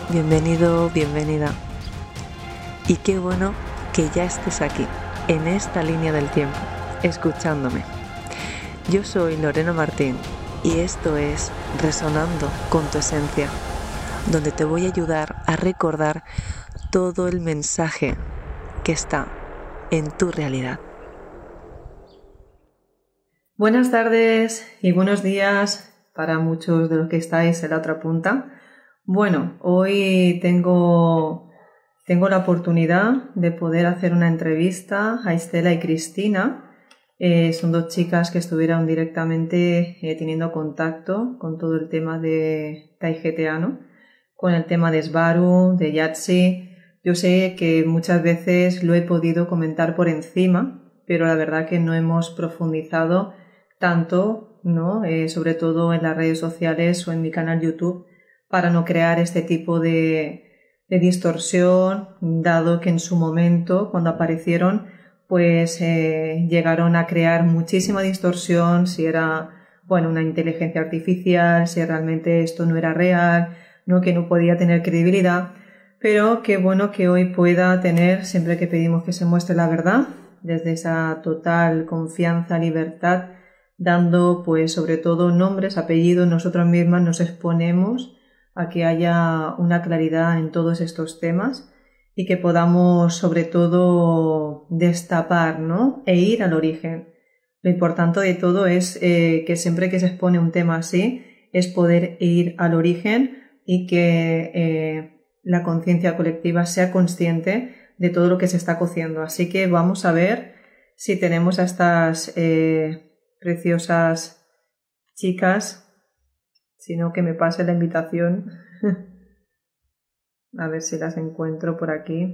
bienvenido, bienvenida. Y qué bueno que ya estés aquí, en esta línea del tiempo, escuchándome. Yo soy Lorena Martín y esto es Resonando con tu Esencia, donde te voy a ayudar a recordar todo el mensaje que está en tu realidad. Buenas tardes y buenos días para muchos de los que estáis en la otra punta. Bueno, hoy tengo la oportunidad de poder hacer una entrevista a Estela y Cristina. Son dos chicas que estuvieron directamente teniendo contacto con todo el tema de taijeteano, con el tema de Svaru, de Yatsi. Yo sé que muchas veces lo he podido comentar por encima, pero la verdad que no hemos profundizado tanto, ¿no? Sobre todo en las redes sociales o en mi canal YouTube, para no crear este tipo de distorsión, dado que en su momento, cuando aparecieron, pues llegaron a crear muchísima distorsión, si era, bueno, una inteligencia artificial, si realmente esto no era real, ¿no? Que no podía tener credibilidad, pero qué bueno que hoy pueda tener, siempre que pedimos que se muestre la verdad, desde esa total confianza, libertad, dando pues sobre todo nombres, apellidos, nosotros mismas nos exponemos a que haya una claridad en todos estos temas y que podamos sobre todo destapar, ¿no? E ir al origen. Lo importante de todo es que siempre que se expone un tema así es poder ir al origen y que la conciencia colectiva sea consciente de todo lo que se está cociendo. Así que vamos a ver si tenemos a estas preciosas chicas, sino que me pase la invitación. A ver si las encuentro por aquí.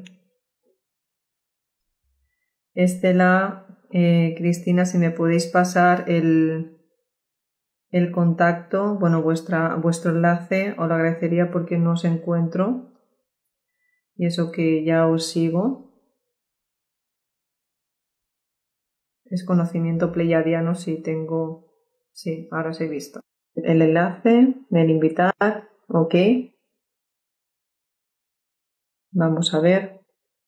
Estela, Cristina, si me podéis pasar el contacto, bueno, vuestro enlace, os lo agradecería porque no os encuentro. Y eso que ya os sigo. Es conocimiento pleiadiano, si tengo... Sí, ahora os he visto. El enlace, el invitar, ok. Vamos a ver.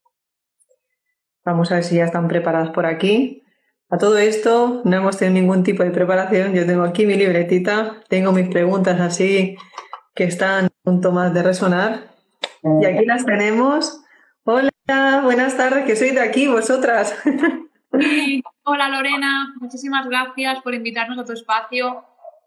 Vamos a ver si ya están preparadas por aquí. A todo esto no hemos tenido ningún tipo de preparación. Yo tengo aquí mi libretita, tengo mis preguntas así que están a punto más de resonar. Y aquí las tenemos. Hola, buenas tardes, que sois de aquí, vosotras. Sí, hola Lorena, muchísimas gracias por invitarnos a tu espacio.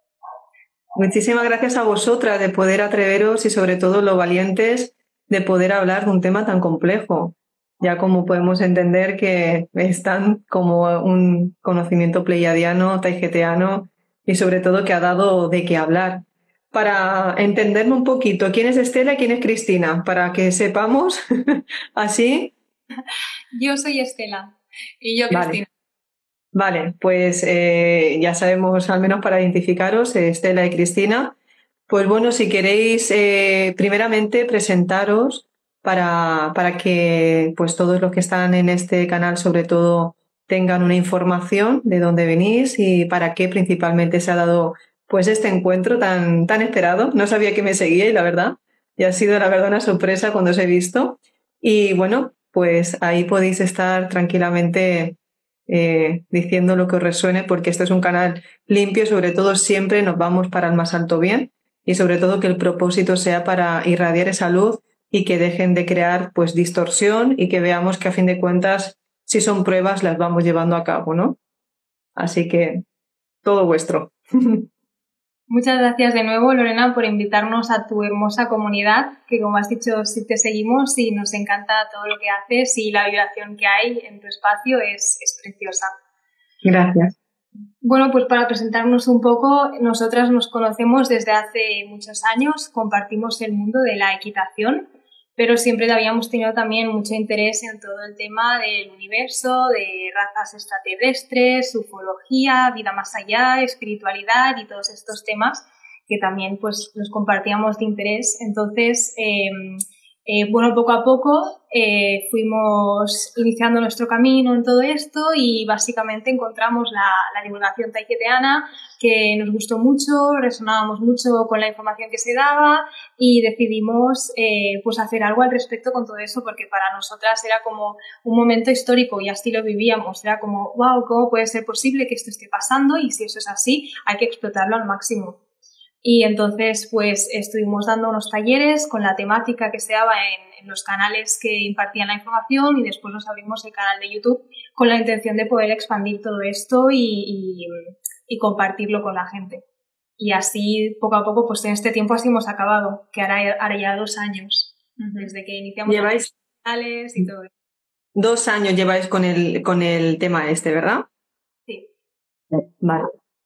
Muchísimas gracias a vosotras de poder atreveros y sobre todo lo valientes de poder hablar de un tema tan complejo. Ya como podemos entender que es tan como un conocimiento pleiadiano, taijeteano y sobre todo que ha dado de qué hablar. Para entenderme un poquito, ¿quién es Estela y quién es Cristina? Para que sepamos así. Yo soy Estela y yo Vale. Cristina. Vale, pues ya sabemos al menos para identificaros, Estela y Cristina. Pues bueno, si queréis primeramente presentaros para que pues todos los que están en este canal sobre todo tengan una información de dónde venís y para qué principalmente se ha dado pues este encuentro tan esperado. No sabía que me seguíais, la verdad, y ha sido la verdad una sorpresa cuando os he visto. Y bueno, pues ahí podéis estar tranquilamente diciendo lo que os resuene, porque este es un canal limpio, sobre todo siempre nos vamos para el más alto bien y sobre todo que el propósito sea para irradiar esa luz y que dejen de crear pues distorsión y que veamos que a fin de cuentas si son pruebas las vamos llevando a cabo, ¿no? Así que todo vuestro. Muchas gracias de nuevo, Lorena, por invitarnos a tu hermosa comunidad, que como has dicho, sí te seguimos y nos encanta todo lo que haces y la vibración que hay en tu espacio es preciosa. Gracias. Bueno, pues para presentarnos un poco, nosotras nos conocemos desde hace muchos años, compartimos el mundo de la equitación, pero siempre habíamos tenido también mucho interés en todo el tema del universo, de razas extraterrestres, ufología, vida más allá, espiritualidad y todos estos temas que también pues los compartíamos de interés. Entonces, Bueno, poco a poco fuimos iniciando nuestro camino en todo esto y básicamente encontramos la divulgación taiketeana, que nos gustó mucho, resonábamos mucho con la información que se daba y decidimos pues hacer algo al respecto con todo eso, porque para nosotras era como un momento histórico y así lo vivíamos. Era como, wow, ¿cómo puede ser posible que esto esté pasando? Y si eso es así, hay que explotarlo al máximo. Y entonces, pues estuvimos dando unos talleres con la temática que se daba en los canales que impartían la información y después nos abrimos el canal de YouTube con la intención de poder expandir todo esto y compartirlo con la gente. Y así, poco a poco, pues en este tiempo así hemos acabado, que hará ya 2 años, desde que iniciamos Lleváis los canales y todo eso. 2 años lleváis con el tema este, ¿verdad? Sí. Vale.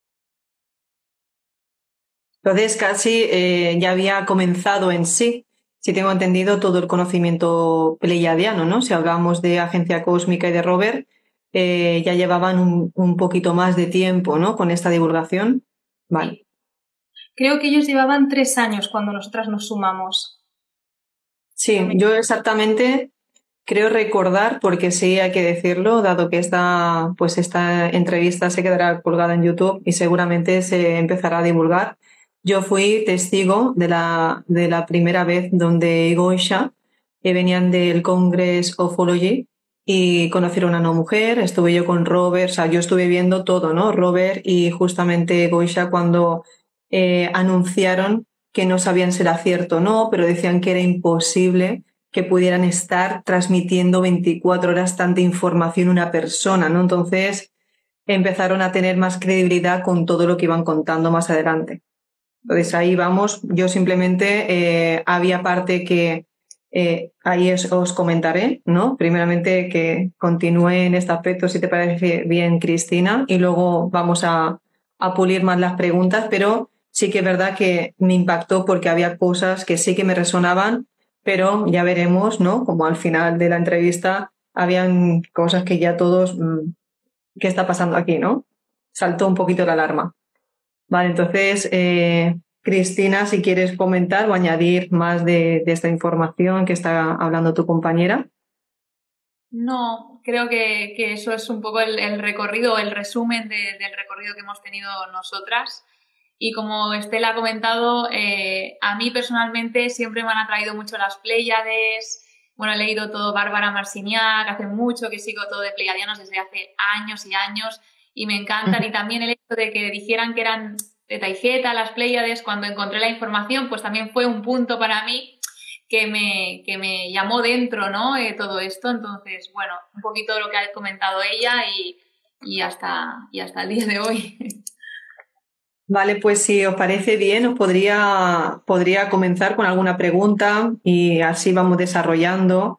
Entonces casi ya había comenzado en sí, si tengo entendido, todo el conocimiento pleiadiano, ¿no? Si hablamos de Agencia Cósmica y de Robert, ya llevaban un poquito más de tiempo, ¿no? Con esta divulgación. Vale. Sí. Creo que ellos llevaban 3 años cuando nosotras nos sumamos. Sí, yo exactamente creo recordar, porque sí hay que decirlo, dado que esta entrevista se quedará colgada en YouTube y seguramente se empezará a divulgar. Yo fui testigo de la primera vez donde Goisha, que venían del Congress of Ufology y conocieron a una mujer, estuve yo con Robert, o sea, yo estuve viendo todo, ¿no? Robert y justamente Goisha cuando anunciaron que no sabían si era cierto o no, pero decían que era imposible que pudieran estar transmitiendo 24 horas tanta información una persona, ¿no? Entonces empezaron a tener más credibilidad con todo lo que iban contando más adelante. Entonces ahí vamos, yo simplemente había parte que ahí os comentaré, ¿no? Primeramente que continúe en este aspecto, si te parece bien, Cristina, y luego vamos a pulir más las preguntas, pero sí que es verdad que me impactó porque había cosas que sí que me resonaban, pero ya veremos, ¿no? Como al final de la entrevista habían cosas que ya todos, ¿qué está pasando aquí, no? Saltó un poquito la alarma. Vale, entonces, Cristina, si quieres comentar o añadir más de esta información que está hablando tu compañera. No, creo que eso es un poco el recorrido, el resumen del recorrido que hemos tenido nosotras. Y como Estela ha comentado, a mí personalmente siempre me han atraído mucho las Pléyades. Bueno, he leído todo Bárbara Marciniak, hace mucho que sigo todo de pleiadianos desde hace años y años y me encantan. Y también el hecho de que dijeran que eran de Taijeta las Pléyades, cuando encontré la información, pues también fue un punto para mí que me llamó dentro, ¿no? Todo esto. Entonces, bueno, un poquito de lo que ha comentado ella y hasta el día de hoy. Vale, pues si os parece bien, os podría comenzar con alguna pregunta y así vamos desarrollando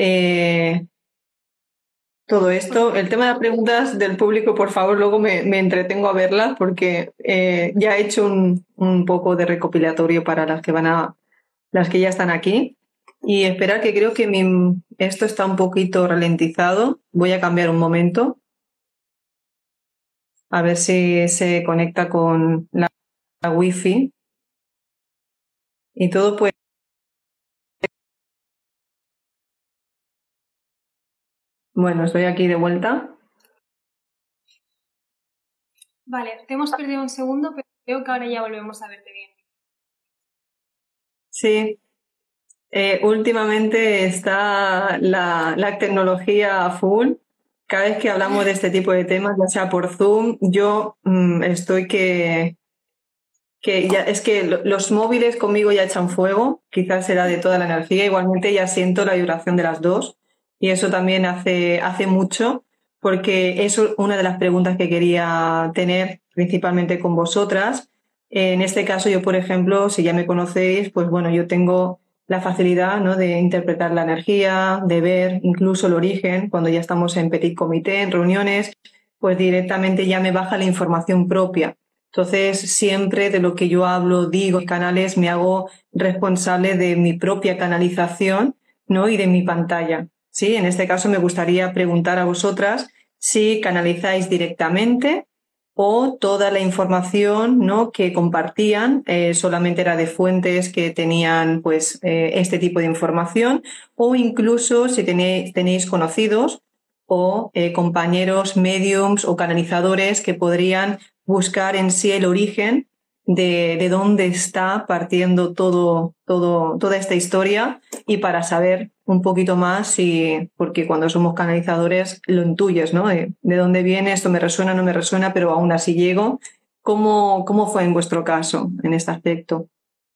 todo esto. El tema de las preguntas del público, por favor, luego me entretengo a verlas porque ya he hecho un poco de recopilatorio para las que ya están aquí. Y esperar que creo que esto está un poquito ralentizado. Voy a cambiar un momento. A ver si se conecta con la Wi-Fi. Y todo pues. Bueno, estoy aquí de vuelta. Vale, te hemos perdido un segundo, pero creo que ahora ya volvemos a verte bien. Sí. Últimamente está la tecnología a full. Cada vez que hablamos de este tipo de temas, ya sea por Zoom, yo estoy que ya es que los móviles conmigo ya echan fuego, quizás será de toda la energía, igualmente ya siento la vibración de las dos y eso también hace mucho porque es una de las preguntas que quería tener principalmente con vosotras. En este caso yo, por ejemplo, si ya me conocéis, pues bueno, yo tengo la facilidad, ¿no?, de interpretar la energía, de ver incluso el origen, cuando ya estamos en petit comité, en reuniones, pues directamente ya me baja la información propia. Entonces, siempre de lo que yo hablo, digo en canales, me hago responsable de mi propia canalización, ¿no?, y de mi pantalla. Sí, en este caso me gustaría preguntar a vosotras si canalizáis directamente o toda la información, ¿no?, que compartían solamente era de fuentes que tenían pues este tipo de información, o incluso si tenéis conocidos o compañeros mediums o canalizadores que podrían buscar en sí el origen de dónde está partiendo toda esta historia, y para saber un poquito más, porque cuando somos canalizadores lo intuyes, ¿no? ¿De dónde viene? Esto me resuena, no me resuena, pero aún así llego. ¿Cómo fue en vuestro caso en este aspecto?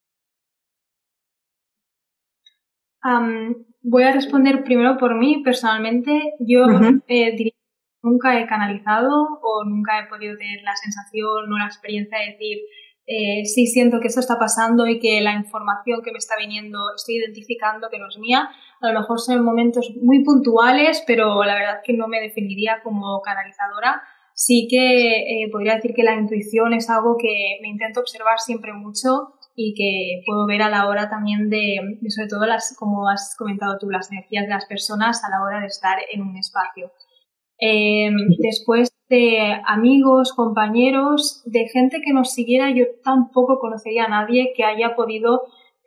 Voy a responder primero por mí. Personalmente, yo diría que nunca he canalizado o nunca he podido tener la sensación o la experiencia de decir sí siento que esto está pasando y que la información que me está viniendo estoy identificando que no es mía. A lo mejor son momentos muy puntuales, pero la verdad es que no me definiría como canalizadora. Sí que podría decir que la intuición es algo que me intento observar siempre mucho y que puedo ver a la hora también de sobre todo como has comentado tú, las energías de las personas a la hora de estar en un espacio. Después de amigos, compañeros, de gente que nos siguiera, yo tampoco conocería a nadie que haya podido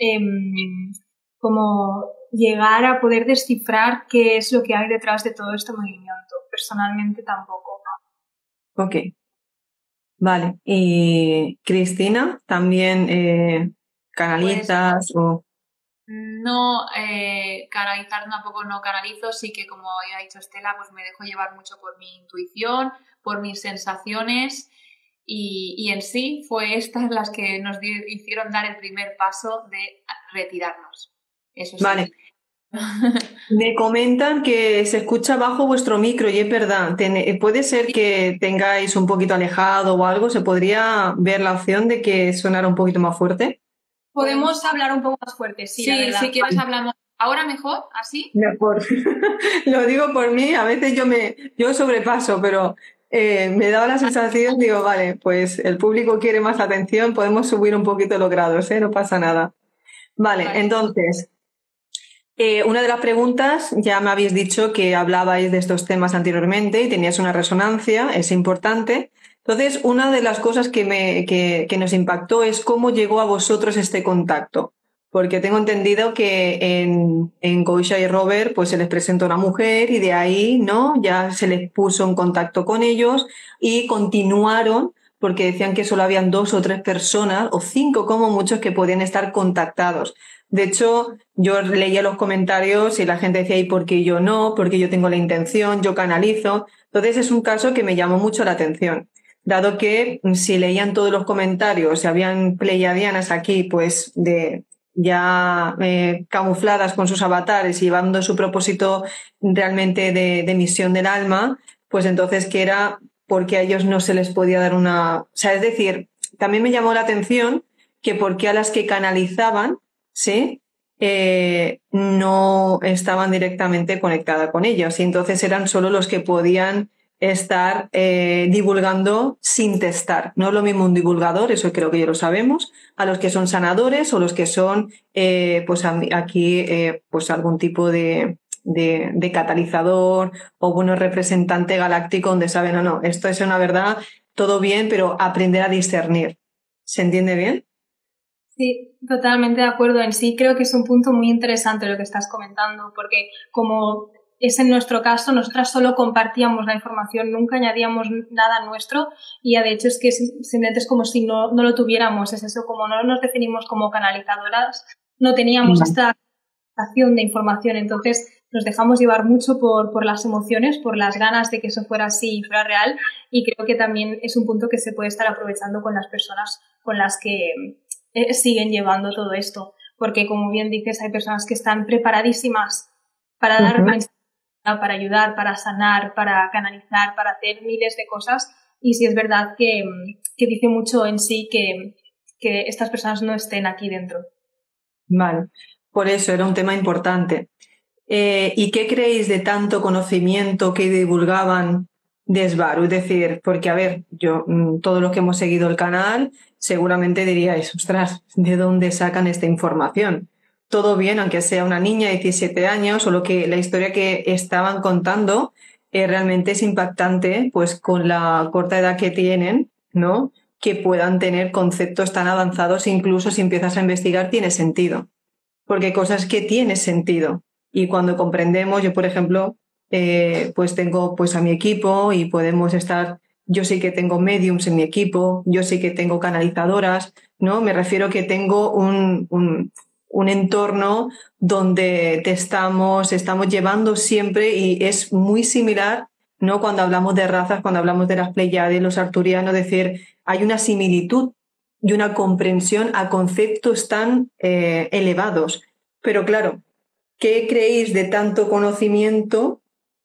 como llegar a poder descifrar qué es lo que hay detrás de todo este movimiento. Personalmente tampoco. Ok. Vale. ¿Y Cristina, también canalizas o...? No, canalizar tampoco no canalizo, sí que como ya ha dicho Estela, pues me dejo llevar mucho por mi intuición, por mis sensaciones y en sí fue estas las que nos hicieron dar el primer paso de retirarnos. Eso sí. Vale. Me comentan que se escucha bajo vuestro micro y es verdad. Puede ser que tengáis un poquito alejado o algo. ¿Se podría ver la opción de que sonara un poquito más fuerte? Podemos hablar un poco más fuerte, sí, la verdad. Si quieres hablamos ahora mejor, así. Mejor. Lo digo por mí, a veces yo sobrepaso, pero me daba la sensación, digo, vale, pues el público quiere más atención, podemos subir un poquito los grados, no pasa nada. Vale. Entonces, una de las preguntas, ya me habéis dicho que hablabais de estos temas anteriormente y tenías una resonancia, es importante. Entonces, una de las cosas que nos impactó es cómo llegó a vosotros este contacto. Porque tengo entendido que en Goisha y Robert pues se les presentó una mujer y de ahí, ¿no?, ya se les puso en contacto con ellos y continuaron, porque decían que solo habían 2 o 3 personas o 5 como muchos que podían estar contactados. De hecho, yo leía los comentarios y la gente decía, ¿y por qué yo no? Porque yo tengo la intención, yo canalizo. Entonces es un caso que me llamó mucho la atención, dado que si leían todos los comentarios y habían pleiadianas aquí, pues ya camufladas con sus avatares y llevando su propósito realmente de misión del alma, pues entonces que era porque a ellos no se les podía dar una... O sea, es decir, también me llamó la atención que porque a las que canalizaban, ¿sí?, no estaban directamente conectadas con ellos, y entonces eran solo los que podían estar divulgando sin testar. No es lo mismo un divulgador, eso creo que ya lo sabemos, a los que son sanadores o los que son pues aquí pues algún tipo de catalizador o bueno, representante galáctico donde saben, no, esto es una verdad, todo bien, pero aprender a discernir. ¿Se entiende bien? Sí, totalmente de acuerdo. En sí creo que es un punto muy interesante lo que estás comentando, porque como es en nuestro caso, nosotras solo compartíamos la información, nunca añadíamos nada nuestro, y ya de hecho es que simplemente es como si no lo tuviéramos, es eso, como no nos definimos como canalizadoras, no teníamos esta captación de información, entonces nos dejamos llevar mucho por las emociones, por las ganas de que eso fuera así y fuera real, y creo que también es un punto que se puede estar aprovechando con las personas con las que siguen llevando todo esto, porque como bien dices, hay personas que están preparadísimas para dar mensajes, para ayudar, para sanar, para canalizar, para hacer miles de cosas, y sí es verdad que dice mucho en sí que estas personas no estén aquí dentro. Vale, por eso era un tema importante. ¿Y qué creéis de tanto conocimiento que divulgaban de Esbaru? Es decir, porque a ver, yo, todos los que hemos seguido el canal, seguramente diríais, ostras, ¿de dónde sacan esta información? Todo bien, aunque sea una niña de 17 años o la historia que estaban contando, realmente es impactante, pues con la corta edad que tienen, ¿no? Que puedan tener conceptos tan avanzados, incluso si empiezas a investigar tiene sentido, porque hay cosas que tienen sentido. Y cuando comprendemos, yo por ejemplo, pues tengo pues a mi equipo y podemos estar, yo sí que tengo mediums en mi equipo, yo sí que tengo canalizadoras, ¿no? Me refiero que tengo un entorno donde estamos llevando siempre y es muy similar, ¿no? Cuando hablamos de razas, cuando hablamos de las Pleiades, los arturianos, es decir, hay una similitud y una comprensión a conceptos tan elevados. Pero claro, ¿qué creéis de tanto conocimiento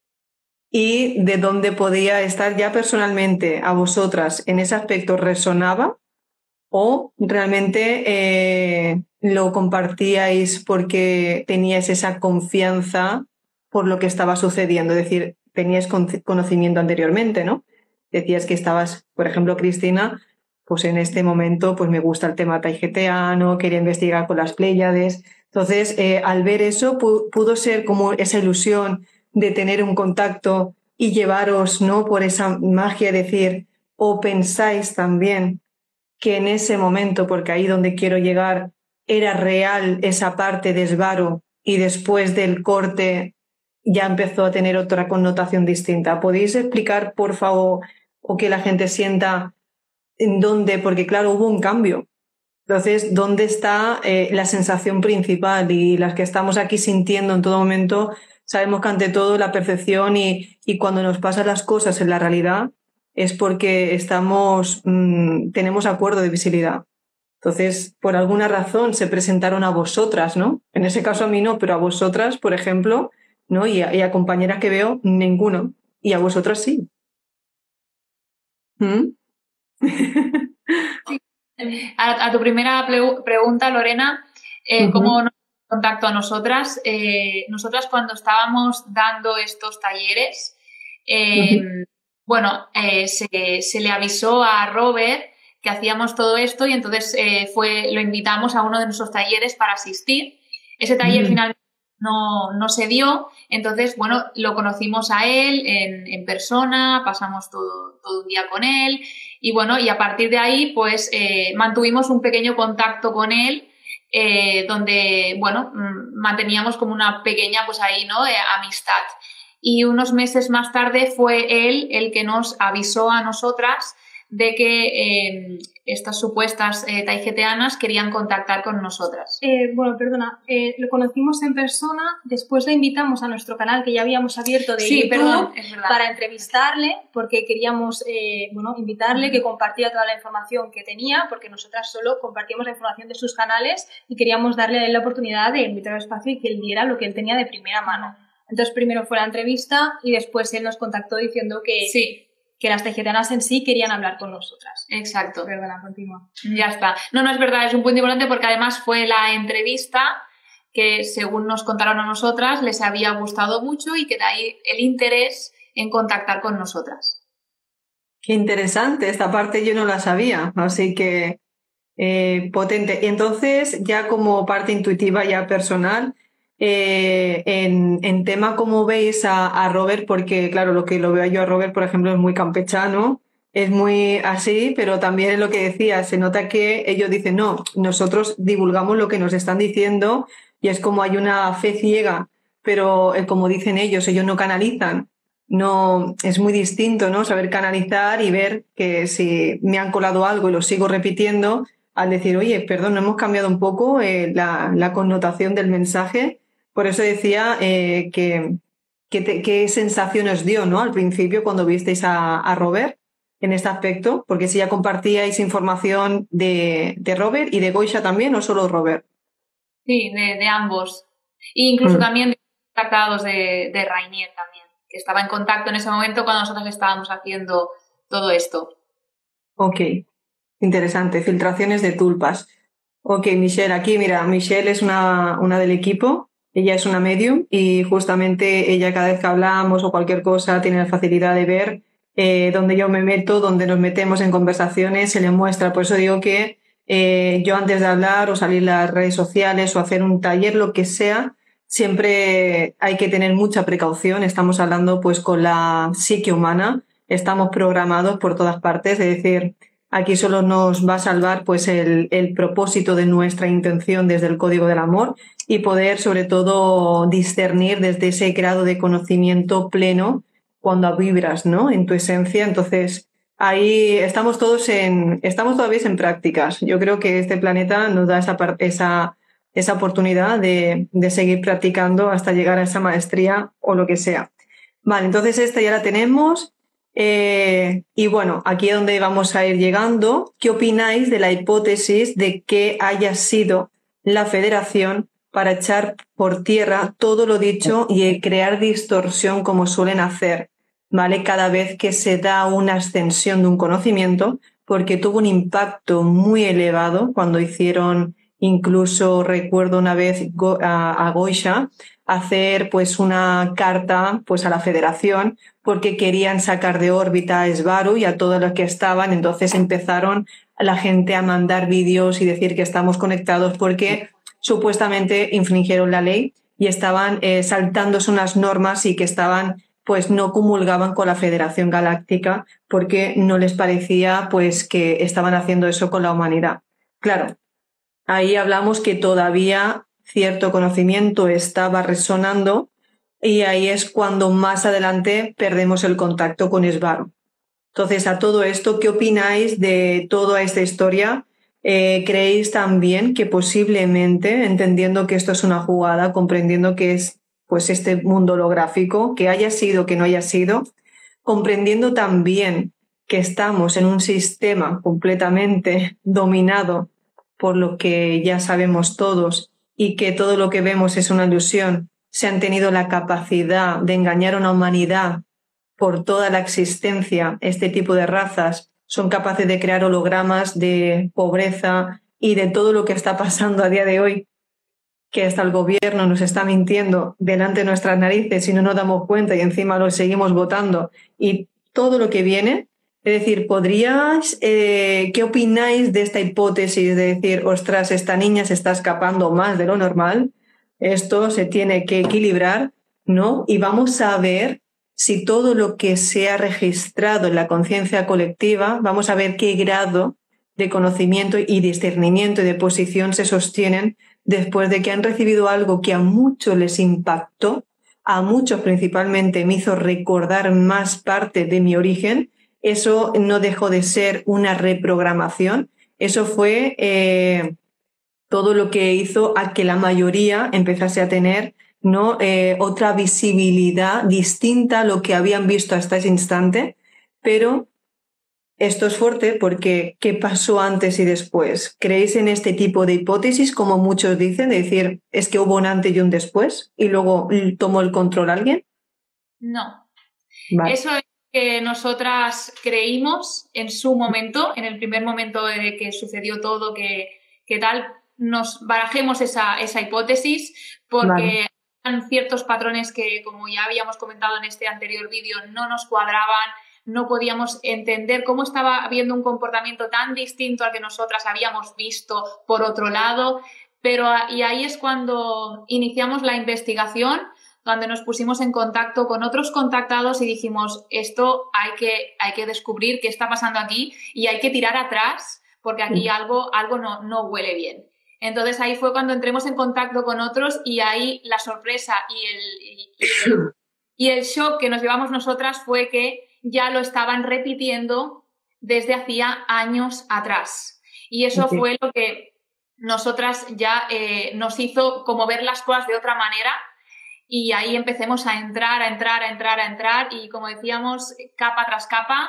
y de dónde podía estar ya personalmente a vosotras en ese aspecto? ¿Resonaba o realmente lo compartíais porque teníais esa confianza por lo que estaba sucediendo? Es decir, teníais conocimiento anteriormente, ¿no? Decías que estabas, por ejemplo, Cristina, pues en este momento pues me gusta el tema taigeteano, quería investigar con las Pléyades. Entonces, al ver eso, pudo ser como esa ilusión de tener un contacto y llevaros, ¿no? Por esa magia, decir, o pensáis también que en ese momento, porque ahí donde quiero llegar, era real esa parte de Svaro y después del corte ya empezó a tener otra connotación distinta. ¿Podéis explicar, por favor, o que la gente sienta en dónde? Porque claro, hubo un cambio. Entonces, ¿dónde está la sensación principal? Y las que estamos aquí sintiendo en todo momento, sabemos que ante todo la percepción y cuando nos pasan las cosas en la realidad es porque tenemos acuerdo de visibilidad. Entonces, por alguna razón se presentaron a vosotras, ¿no? En ese caso a mí no, pero a vosotras, por ejemplo, ¿no? Y a compañeras que veo, ninguno. Y a vosotras sí. ¿Mm? Sí. A tu primera pregunta, Lorena, ¿cómo nos contactó a nosotras? Nosotras cuando estábamos dando estos talleres, bueno, se le avisó a Robert que hacíamos todo esto y entonces lo invitamos a uno de nuestros talleres para asistir. Ese taller finalmente no se dio, entonces, bueno, lo conocimos a él en persona, pasamos todo un día con él y bueno, y a partir de ahí, pues, mantuvimos un pequeño contacto con él, donde, bueno, manteníamos como una pequeña, pues ahí, ¿no?, amistad. Y unos meses más tarde fue él el que nos avisó a nosotras de que estas supuestas taigeteanas querían contactar con nosotras. Bueno, perdona, lo conocimos en persona, después le invitamos a nuestro canal que ya habíamos abierto de YouTube, perdón, es verdad, para entrevistarle, porque queríamos invitarle, que compartiera toda la información que tenía, porque nosotras solo compartíamos la información de sus canales y queríamos darle a él la oportunidad de invitar al espacio y que él diera lo que él tenía de primera mano. Entonces primero fue la entrevista y después él nos contactó diciendo que... Sí. Que las taigeteanas en sí querían hablar con nosotras. Exacto. Perdona, continúa. Ya está. No, es verdad, es un punto importante porque además fue la entrevista que, según nos contaron a nosotras, les había gustado mucho y que de ahí el interés en contactar con nosotras. Qué interesante, esta parte yo no la sabía, así que potente. Y entonces, ya como parte intuitiva, ya personal, en tema cómo veis a Robert, porque claro, lo que lo veo yo a Robert, por ejemplo, es muy campechano, es muy así, pero también es lo que decía, se nota que ellos dicen, no, nosotros divulgamos lo que nos están diciendo y es como hay una fe ciega, pero como dicen ellos no canalizan. No, es muy distinto, ¿no? Saber canalizar y ver que si me han colado algo y lo sigo repitiendo, al decir, oye, perdón, no hemos cambiado un poco la connotación del mensaje. Por eso decía qué sensación os dio, ¿no? Al principio cuando visteis a Robert en este aspecto, porque si ya compartíais información de Robert y de Goisha también, o solo Robert. Sí, de ambos. E incluso también contactados de Rainier también, que estaba en contacto en ese momento cuando nosotros estábamos haciendo todo esto. Ok, interesante. Filtraciones de tulpas. Ok, Michelle, aquí mira, Michelle es una del equipo. Ella es una medium y justamente ella cada vez que hablamos o cualquier cosa tiene la facilidad de ver donde yo me meto, donde nos metemos en conversaciones, se le muestra. Por eso digo que yo antes de hablar o salir a las redes sociales o hacer un taller, lo que sea, siempre hay que tener mucha precaución. Estamos hablando pues con la psique humana, estamos programados por todas partes, es decir, aquí solo nos va a salvar pues el propósito de nuestra intención desde el código del amor y poder sobre todo discernir desde ese grado de conocimiento pleno cuando vibras, ¿no? En tu esencia. Entonces, ahí estamos todavía en prácticas. Yo creo que este planeta nos da esa oportunidad de seguir practicando hasta llegar a esa maestría o lo que sea. Vale, entonces esta ya la tenemos. Y bueno, aquí es donde vamos a ir llegando. ¿Qué opináis de la hipótesis de que haya sido la Federación para echar por tierra todo lo dicho y crear distorsión como suelen hacer, ¿vale? Cada vez que se da una ascensión de un conocimiento, porque tuvo un impacto muy elevado cuando hicieron, incluso recuerdo una vez a Goisha hacer pues una carta pues a la Federación porque querían sacar de órbita a Svaru y a todos los que estaban, entonces empezaron la gente a mandar vídeos y decir que estamos conectados porque supuestamente infringieron la ley y estaban saltándose unas normas y que estaban pues no comulgaban con la Federación Galáctica porque no les parecía pues que estaban haciendo eso con la humanidad. Claro, ahí hablamos que todavía cierto conocimiento estaba resonando y ahí es cuando más adelante perdemos el contacto con Svaru. Entonces, a todo esto, ¿qué opináis de toda esta historia? ¿Creéis también que posiblemente, entendiendo que esto es una jugada, comprendiendo que es pues este mundo holográfico, que haya sido, que no haya sido, comprendiendo también que estamos en un sistema completamente dominado por lo que ya sabemos todos y que todo lo que vemos es una ilusión, se han tenido la capacidad de engañar a una humanidad por toda la existencia, este tipo de razas son capaces de crear hologramas de pobreza y de todo lo que está pasando a día de hoy, que hasta el gobierno nos está mintiendo delante de nuestras narices y no nos damos cuenta y encima lo seguimos votando y todo lo que viene. Es decir, ¿qué opináis de esta hipótesis de decir, ostras, esta niña se está escapando más de lo normal, esto se tiene que equilibrar, ¿no? Y vamos a ver si todo lo que se ha registrado en la conciencia colectiva, vamos a ver qué grado de conocimiento y discernimiento y de posición se sostienen después de que han recibido algo que a muchos les impactó, a muchos principalmente me hizo recordar más parte de mi origen. Eso no dejó de ser una reprogramación, eso fue todo lo que hizo a que la mayoría empezase a tener, ¿no? Otra visibilidad distinta a lo que habían visto hasta ese instante, pero esto es fuerte porque ¿qué pasó antes y después? ¿Creéis en este tipo de hipótesis, como muchos dicen, de decir, es que hubo un antes y un después y luego tomó el control alguien? No. Vale. Eso es que nosotras creímos en su momento, en el primer momento de que sucedió todo, que tal, nos barajemos esa hipótesis porque eran ciertos patrones que, como ya habíamos comentado en este anterior vídeo, no nos cuadraban, no podíamos entender cómo estaba habiendo un comportamiento tan distinto al que nosotras habíamos visto por otro lado, y ahí es cuando iniciamos la investigación, donde nos pusimos en contacto con otros contactados y dijimos, esto hay que descubrir qué está pasando aquí y hay que tirar atrás porque aquí algo no huele bien. Entonces ahí fue cuando entremos en contacto con otros y ahí la sorpresa y el shock que nos llevamos nosotras fue que ya lo estaban repitiendo desde hacía años atrás. Y eso fue lo que nosotras ya nos hizo como ver las cosas de otra manera y ahí empecemos a entrar y como decíamos, capa tras capa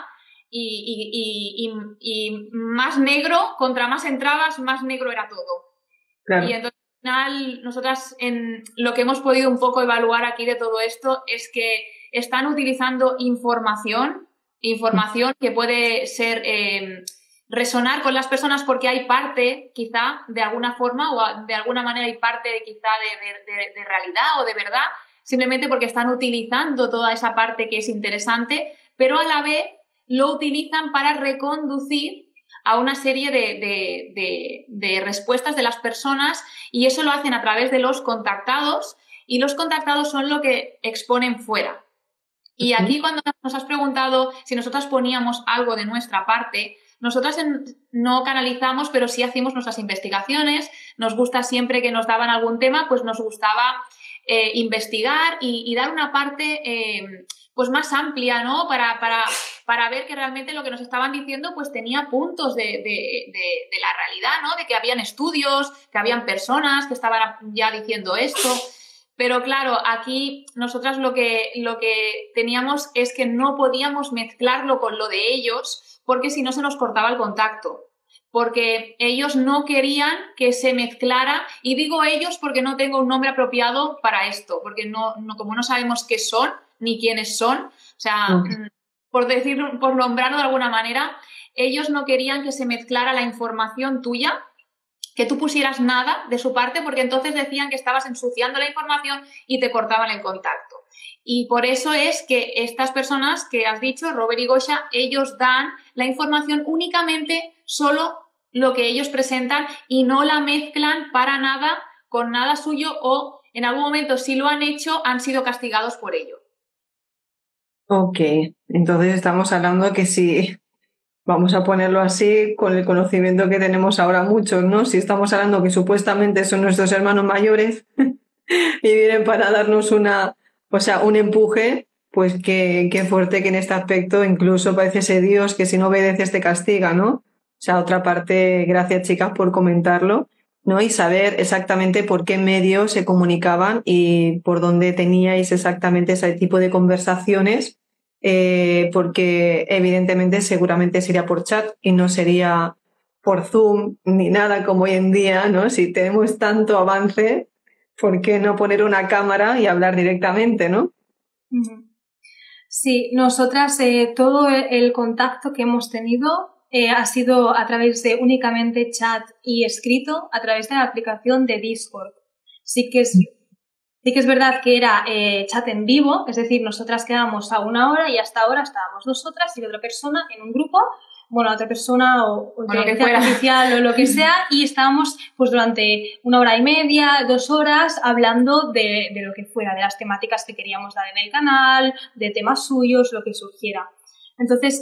y más negro, contra más entrabas, más negro era todo. Claro. Y entonces al final nosotras lo que hemos podido un poco evaluar aquí de todo esto es que están utilizando información que puede ser resonar con las personas porque hay parte quizá de alguna forma o de alguna manera hay parte quizá de realidad o de verdad, simplemente porque están utilizando toda esa parte que es interesante, pero a la vez lo utilizan para reconducir a una serie de respuestas de las personas y eso lo hacen a través de los contactados y los contactados son lo que exponen fuera. Y aquí cuando nos has preguntado si nosotras poníamos algo de nuestra parte, nosotras no canalizamos, pero sí hacemos nuestras investigaciones. Nos gusta siempre que nos daban algún tema, pues nos gustaba investigar y dar una parte pues más amplia, ¿no? Para ver que realmente lo que nos estaban diciendo pues tenía puntos de la realidad, ¿no? De que habían estudios, que habían personas que estaban ya diciendo esto. Pero claro, aquí nosotras lo que teníamos es que no podíamos mezclarlo con lo de ellos, porque si no se nos cortaba el contacto. Porque ellos no querían que se mezclara, y digo ellos porque no tengo un nombre apropiado para esto, porque como no sabemos qué son ni quiénes son, o sea, por nombrarlo de alguna manera, ellos no querían que se mezclara la información tuya, que tú pusieras nada de su parte, porque entonces decían que estabas ensuciando la información y te cortaban el contacto. Y por eso es que estas personas que has dicho, Robert y Gosha, ellos dan la información únicamente solo lo que ellos presentan y no la mezclan para nada con nada suyo, o en algún momento si lo han hecho han sido castigados por ello. Ok, entonces estamos hablando que si, vamos a ponerlo así, con el conocimiento que tenemos ahora muchos, ¿no? Si estamos hablando que supuestamente son nuestros hermanos mayores y vienen para darnos un empuje, pues qué fuerte que en este aspecto incluso parece ese Dios que si no obedeces te castiga, ¿no? O sea, otra parte, gracias chicas por comentarlo, ¿no? Y saber exactamente por qué medios se comunicaban y por dónde teníais exactamente ese tipo de conversaciones, porque evidentemente seguramente sería por chat y no sería por Zoom ni nada como hoy en día, ¿no? Si tenemos tanto avance, ¿por qué no poner una cámara y hablar directamente, ¿no? Sí, nosotras todo el contacto que hemos tenido ha sido a través de únicamente chat y escrito a través de la aplicación de Discord. Sí que es verdad que era chat en vivo, es decir, nosotras quedamos a una hora y hasta ahora estábamos nosotras y otra persona en un grupo, bueno, otra persona o inteligencia artificial o lo que sea, y estábamos pues durante 1 hora y media, 2 horas hablando de lo que fuera, de las temáticas que queríamos dar en el canal, de temas suyos, lo que surgiera. Entonces,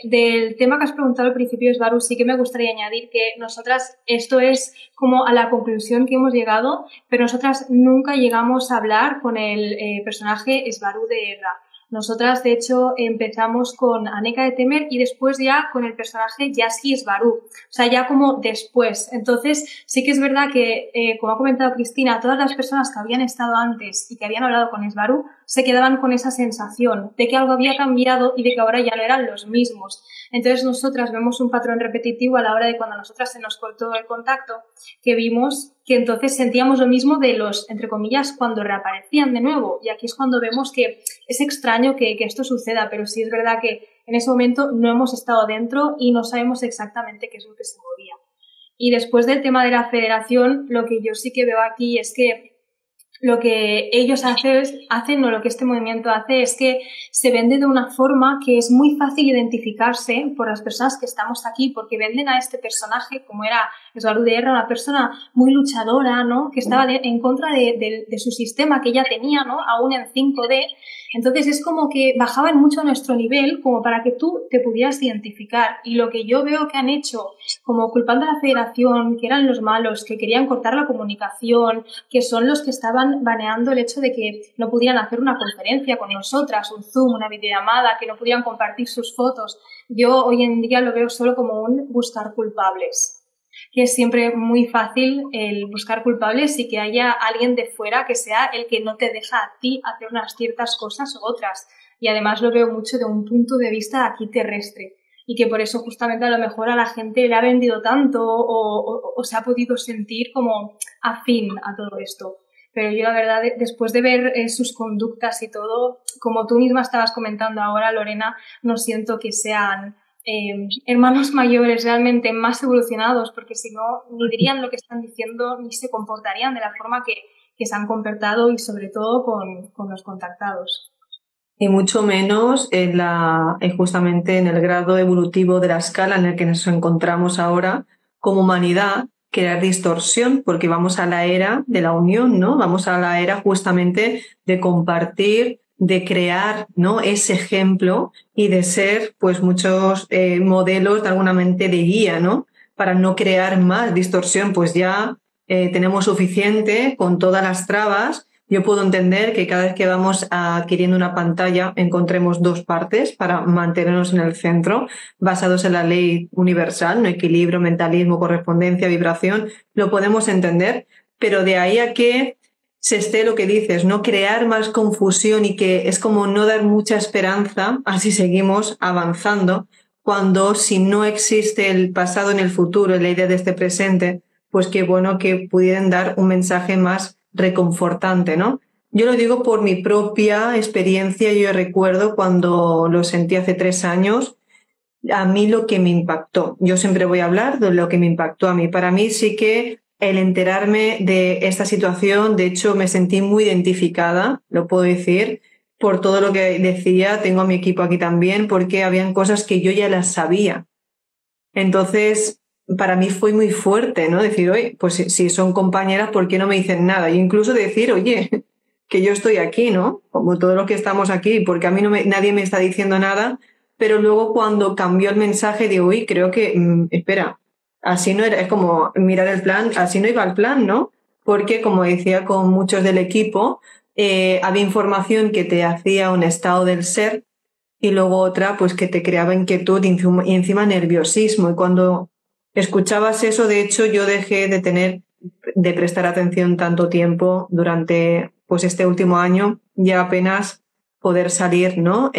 del tema que has preguntado al principio, Esbaru, sí que me gustaría añadir que nosotras, esto es como a la conclusión que hemos llegado, pero nosotras nunca llegamos a hablar con el personaje Esbaru de Erra. Nosotras, de hecho, empezamos con Aneka de Temer y después ya con el personaje Yaski Esbaru. O sea, ya como después. Entonces, sí que es verdad que, como ha comentado Cristina, todas las personas que habían estado antes y que habían hablado con Esbaru se quedaban con esa sensación de que algo había cambiado y de que ahora ya no eran los mismos. Entonces, nosotras vemos un patrón repetitivo a la hora de cuando a nosotras se nos cortó el contacto, que vimos que entonces sentíamos lo mismo de los, entre comillas, cuando reaparecían de nuevo. Y aquí es cuando vemos que es extraño que esto suceda, pero sí es verdad que en ese momento no hemos estado dentro y no sabemos exactamente qué es lo que se movía. Y después del tema de la federación, lo que yo sí que veo aquí es que lo que ellos hacen o lo que este movimiento hace es que se vende de una forma que es muy fácil identificarse por las personas que estamos aquí, porque venden a este personaje como era Esbaru de Erra, una persona muy luchadora, ¿no? Que estaba en contra de su sistema que ella tenía, ¿no? Aún en 5D. Entonces es como que bajaban mucho nuestro nivel como para que tú te pudieras identificar. Y lo que yo veo que han hecho, como culpando a la federación, que eran los malos, que querían cortar la comunicación, que son los que estaban baneando el hecho de que no pudieran hacer una conferencia con nosotras, un Zoom, una videollamada, que no pudieran compartir sus fotos. Yo hoy en día lo veo solo como un buscar culpables, que es siempre muy fácil el buscar culpables y que haya alguien de fuera que sea el que no te deja a ti hacer unas ciertas cosas u otras. Y además lo veo mucho de un punto de vista aquí terrestre. Y que por eso justamente a lo mejor a la gente le ha vendido tanto o se ha podido sentir como afín a todo esto. Pero yo la verdad, después de ver sus conductas y todo, como tú misma estabas comentando ahora, Lorena, no siento que sean hermanos mayores realmente más evolucionados, porque si no, ni dirían lo que están diciendo, ni se comportarían de la forma que se han comportado y sobre todo con los contactados. Y mucho menos justamente en el grado evolutivo de la escala en el que nos encontramos ahora como humanidad, crear distorsión, porque vamos a la era de la unión, ¿no? Vamos a la era justamente de compartir, de crear, ¿no? Ese ejemplo y de ser, pues, muchos modelos de alguna mente de guía, ¿no? Para no crear más distorsión, pues ya tenemos suficiente con todas las trabas. Yo puedo entender que cada vez que vamos adquiriendo una pantalla encontremos dos partes para mantenernos en el centro, basados en la ley universal, no equilibrio, mentalismo, correspondencia, vibración, lo podemos entender, pero de ahí a que se esté lo que dices, no crear más confusión y que es como no dar mucha esperanza, así seguimos avanzando, cuando si no existe el pasado en el futuro, la idea de este presente, pues qué bueno que pudieran dar un mensaje más reconfortante, ¿no? Yo lo digo por mi propia experiencia. Yo recuerdo cuando lo sentí hace 3 años, a mí lo que me impactó. Yo siempre voy a hablar de lo que me impactó a mí. Para mí sí que el enterarme de esta situación, de hecho me sentí muy identificada, lo puedo decir, por todo lo que decía. Tengo a mi equipo aquí también, porque habían cosas que yo ya las sabía. Entonces, para mí fue muy fuerte, ¿no? Decir, oye, pues si son compañeras, ¿por qué no me dicen nada? Y incluso decir, oye, que yo estoy aquí, ¿no? Como todos los que estamos aquí, porque a mí nadie me está diciendo nada, pero luego cuando cambió el mensaje digo, uy, creo que, espera, así no era, es como mirar el plan, así no iba el plan, ¿no? Porque, como decía con muchos del equipo, había información que te hacía un estado del ser y luego otra pues que te creaba inquietud y encima nerviosismo. Y cuando escuchabas eso, de hecho, yo dejé de prestar atención tanto tiempo durante pues este último año, ya apenas poder salir, ¿no?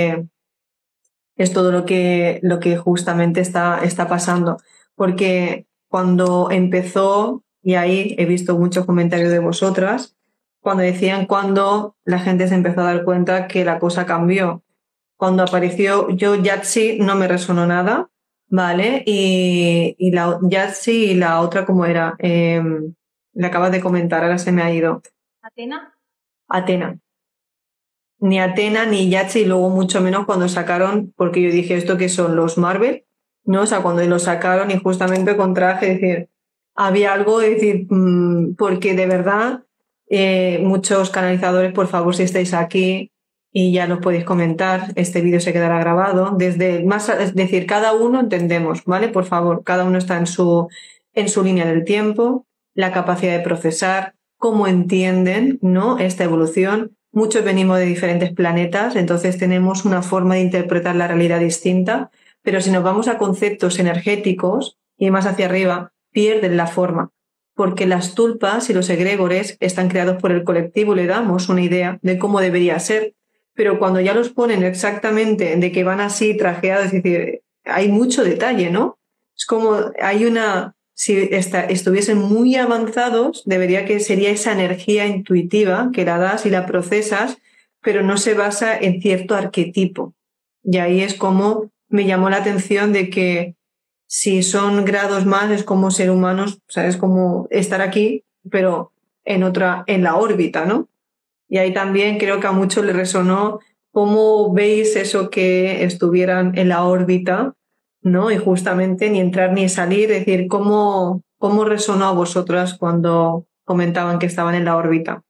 Es todo lo que justamente está pasando. Porque cuando empezó, y ahí he visto muchos comentarios de vosotras, cuando decían cuando la gente se empezó a dar cuenta que la cosa cambió. Cuando apareció yo, Yatsi, no me resonó nada, ¿vale? Y la Yatsi y la otra, ¿cómo era? Le acabas de comentar, ahora se me ha ido. ¿Atena? Atena. Ni Atena ni Yatsi, y luego mucho menos cuando sacaron, porque yo dije, ¿esto qué son? ¿Los Marvel? ¿No? O sea, cuando lo sacaron y justamente con traje, decir, había algo, decir, porque de verdad, muchos canalizadores, por favor, si estáis aquí y ya lo podéis comentar, este vídeo se quedará grabado, es decir, cada uno entendemos, ¿vale? Por favor, cada uno está en su línea del tiempo, la capacidad de procesar, cómo entienden, ¿no? Esta evolución. Muchos venimos de diferentes planetas, entonces tenemos una forma de interpretar la realidad distinta, pero si nos vamos a conceptos energéticos y más hacia arriba, pierden la forma, porque las tulpas y los egregores están creados por el colectivo, le damos una idea de cómo debería ser, pero cuando ya los ponen exactamente de que van así trajeados, es decir, hay mucho detalle, ¿no? Es como hay una... Si estuviesen muy avanzados, sería esa energía intuitiva que la das y la procesas, pero no se basa en cierto arquetipo. Y ahí es como me llamó la atención de que si son grados más es como ser humanos, o sea, es como estar aquí, pero en la órbita, ¿no? Y ahí también creo que a muchos les resonó cómo veis eso que estuvieran en la órbita, ¿no? Y justamente ni entrar ni salir, es decir, cómo resonó a vosotras cuando comentaban que estaban en la órbita.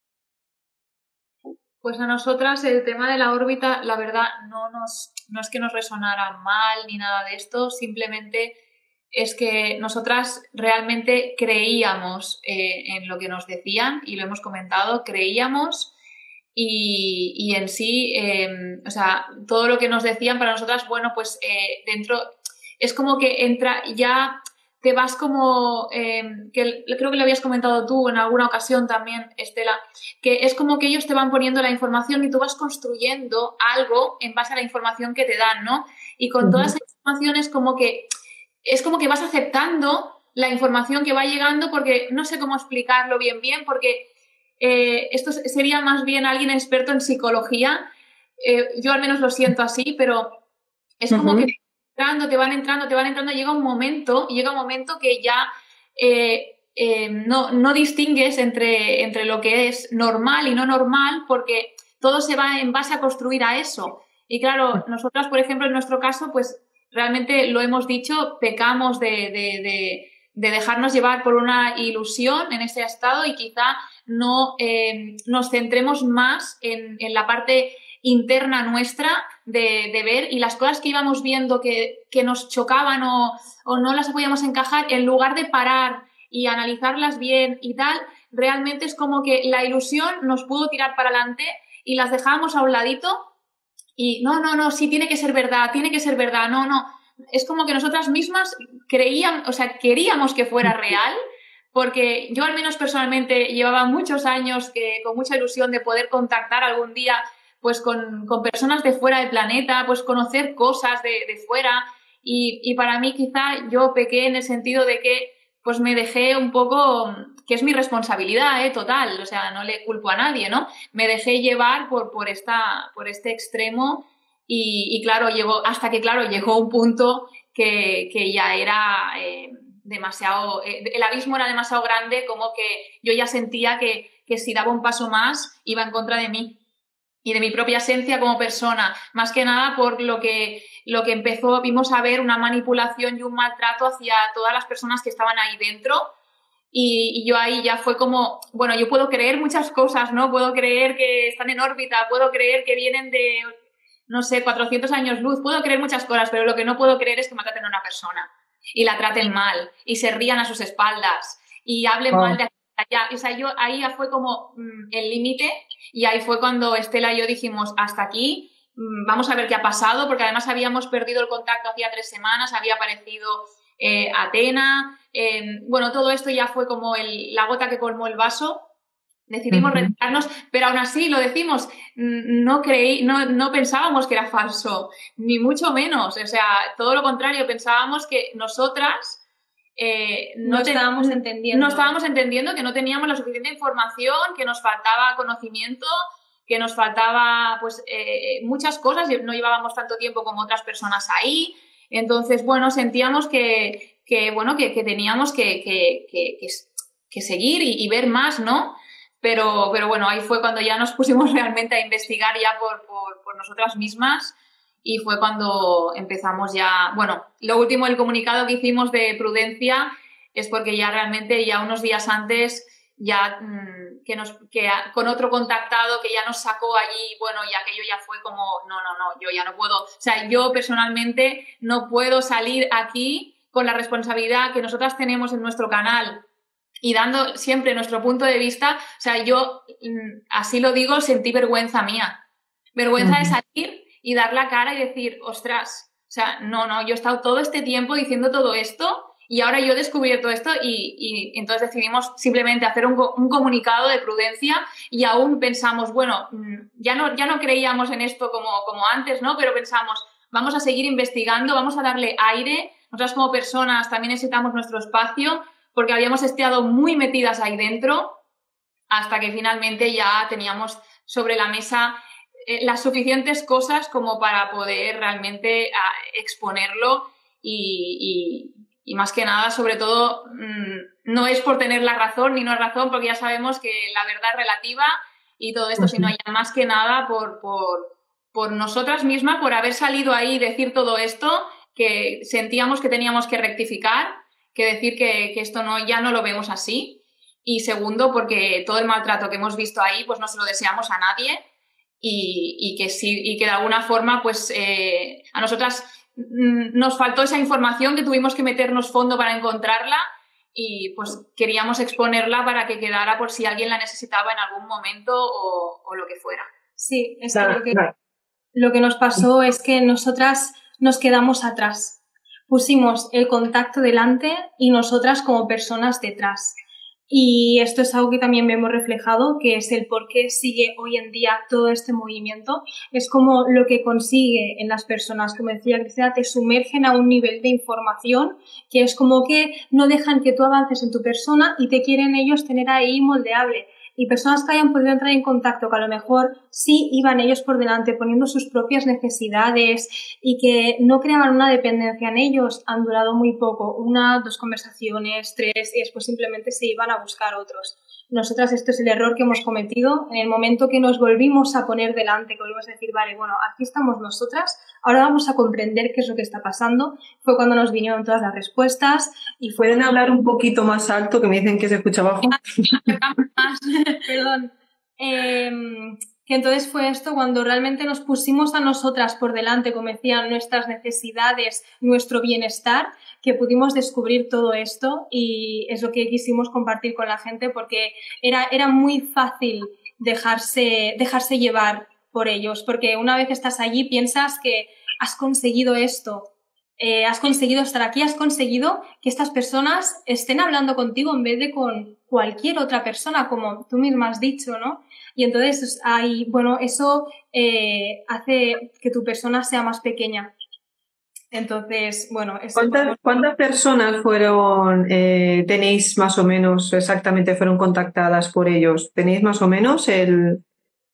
Pues a nosotras el tema de la órbita, la verdad, no es que nos resonara mal ni nada de esto, simplemente es que nosotras realmente creíamos en lo que nos decían y lo hemos comentado, creíamos y en sí, o sea, todo lo que nos decían para nosotras, bueno, pues dentro es como que entra ya te vas como, que creo que lo habías comentado tú en alguna ocasión también, Estela, que es como que ellos te van poniendo la información y tú vas construyendo algo en base a la información que te dan, ¿no? Y con toda esa información es como que vas aceptando la información que va llegando porque no sé cómo explicarlo bien, porque esto sería más bien alguien experto en psicología, yo al menos lo siento así, pero es como que te van entrando, llega un momento que ya no distingues entre lo que es normal y no normal porque todo se va en base a construir a eso. Y claro, nosotras, por ejemplo, en nuestro caso, pues realmente lo hemos dicho, pecamos de dejarnos llevar por una ilusión en ese estado y quizá no nos centremos más en la parte interna nuestra de ver, y las cosas que íbamos viendo que nos chocaban o no las podíamos encajar, en lugar de parar y analizarlas bien y tal, realmente es como que la ilusión nos pudo tirar para adelante y las dejábamos a un ladito y no, sí, tiene que ser verdad, no. Es como que nosotras mismas queríamos que fuera real, porque yo al menos personalmente llevaba muchos años con mucha ilusión de poder contactar algún día pues con personas de fuera del planeta, pues conocer cosas de fuera, y para mí quizá yo pequé en el sentido de que pues me dejé un poco, que es mi responsabilidad, total, o sea, no le culpo a nadie, ¿no? Me dejé llevar por este extremo y claro, llegó un punto que ya era demasiado, el abismo era demasiado grande, como que yo ya sentía que si daba un paso más iba en contra de mí y de mi propia esencia como persona, más que nada por lo que vimos a ver una manipulación y un maltrato hacia todas las personas que estaban ahí dentro, y yo ahí ya fue como, bueno, yo puedo creer muchas cosas, ¿no? Puedo creer que están en órbita, puedo creer que vienen de, no sé, 400 años luz, puedo creer muchas cosas, pero lo que no puedo creer es que maltraten a una persona y la traten mal y se rían a sus espaldas y hablen mal de allá. O sea, yo ahí ya fue como el límite, y ahí fue cuando Estela y yo dijimos, hasta aquí, vamos a ver qué ha pasado, porque además habíamos perdido el contacto hacía 3 semanas, había aparecido Atena, bueno, todo esto ya fue como la gota que colmó el vaso. Decidimos retirarnos, pero aún así lo decimos, no pensábamos que era falso, ni mucho menos, o sea, todo lo contrario, pensábamos que nosotras no estábamos entendiendo, que no teníamos la suficiente información, que nos faltaba conocimiento, que nos faltaba pues muchas cosas, no llevábamos tanto tiempo como otras personas ahí, entonces bueno, sentíamos que teníamos que seguir y ver más, ¿no? Pero bueno, ahí fue cuando ya nos pusimos realmente a investigar ya por nosotras mismas, y fue cuando empezamos ya, bueno, lo último, el comunicado que hicimos de prudencia, es porque ya realmente ya unos días antes ya con otro contactado que ya nos sacó allí, bueno, y aquello ya fue como, no, yo ya no puedo, o sea, yo personalmente no puedo salir aquí con la responsabilidad que nosotras tenemos en nuestro canal y dando siempre nuestro punto de vista, o sea, yo, así lo digo, sentí vergüenza mía. Vergüenza de salir y dar la cara y decir, ostras, o sea, no, yo he estado todo este tiempo diciendo todo esto y ahora yo he descubierto esto, y entonces decidimos simplemente hacer un comunicado de prudencia, y aún pensamos, bueno, ya no creíamos en esto como antes, ¿no? Pero pensamos, vamos a seguir investigando, vamos a darle aire. Nosotras como personas también necesitamos nuestro espacio, porque habíamos estado muy metidas ahí dentro, hasta que finalmente ya teníamos sobre la mesa las suficientes cosas como para poder realmente exponerlo, y más que nada, sobre todo, no es por tener la razón ni no es razón, porque ya sabemos que la verdad es relativa y todo esto, sino ya más que nada por nosotras mismas, por haber salido ahí y decir todo esto, que sentíamos que teníamos que rectificar, que decir que esto ya no lo vemos así, y segundo, porque todo el maltrato que hemos visto ahí pues no se lo deseamos a nadie, y que de alguna forma pues a nosotras nos faltó esa información, que tuvimos que meternos fondo para encontrarla, y pues queríamos exponerla para que quedara por si alguien la necesitaba en algún momento o lo que fuera. Sí, es que lo que nos pasó es que nosotras nos quedamos atrás. Pusimos el contacto delante y nosotras como personas detrás. Y esto es algo que también vemos reflejado, que es el por qué sigue hoy en día todo este movimiento. Es como lo que consigue en las personas, como decía Cristina, te sumergen a un nivel de información que es como que no dejan que tú avances en tu persona y te quieren ellos tener ahí moldeable. Y personas que hayan podido entrar en contacto, que a lo mejor sí iban ellos por delante poniendo sus propias necesidades y que no creaban una dependencia en ellos, han durado muy poco, 1, 2 conversaciones, 3, y después simplemente se iban a buscar otros. Nosotras, esto es el error que hemos cometido en el momento que nos volvimos a poner delante, que volvimos a decir, vale, bueno, aquí estamos nosotras, ahora vamos a comprender qué es lo que está pasando. Fue cuando nos vinieron todas las respuestas y fue... ¿Pueden hablar un poquito más alto, que me dicen que se escucha bajo? Perdón. Que entonces fue esto cuando realmente nos pusimos a nosotras por delante, como decían, nuestras necesidades, nuestro bienestar, que pudimos descubrir todo esto, y es lo que quisimos compartir con la gente, porque era muy fácil dejarse llevar por ellos, porque una vez que estás allí piensas que has conseguido esto, has conseguido estar aquí, has conseguido que estas personas estén hablando contigo en vez de con cualquier otra persona, como tú misma has dicho, ¿no? Y entonces eso hace que tu persona sea más pequeña. Entonces, ¿Cuántas personas tenéis más o menos exactamente, fueron contactadas por ellos? ¿Tenéis más o menos el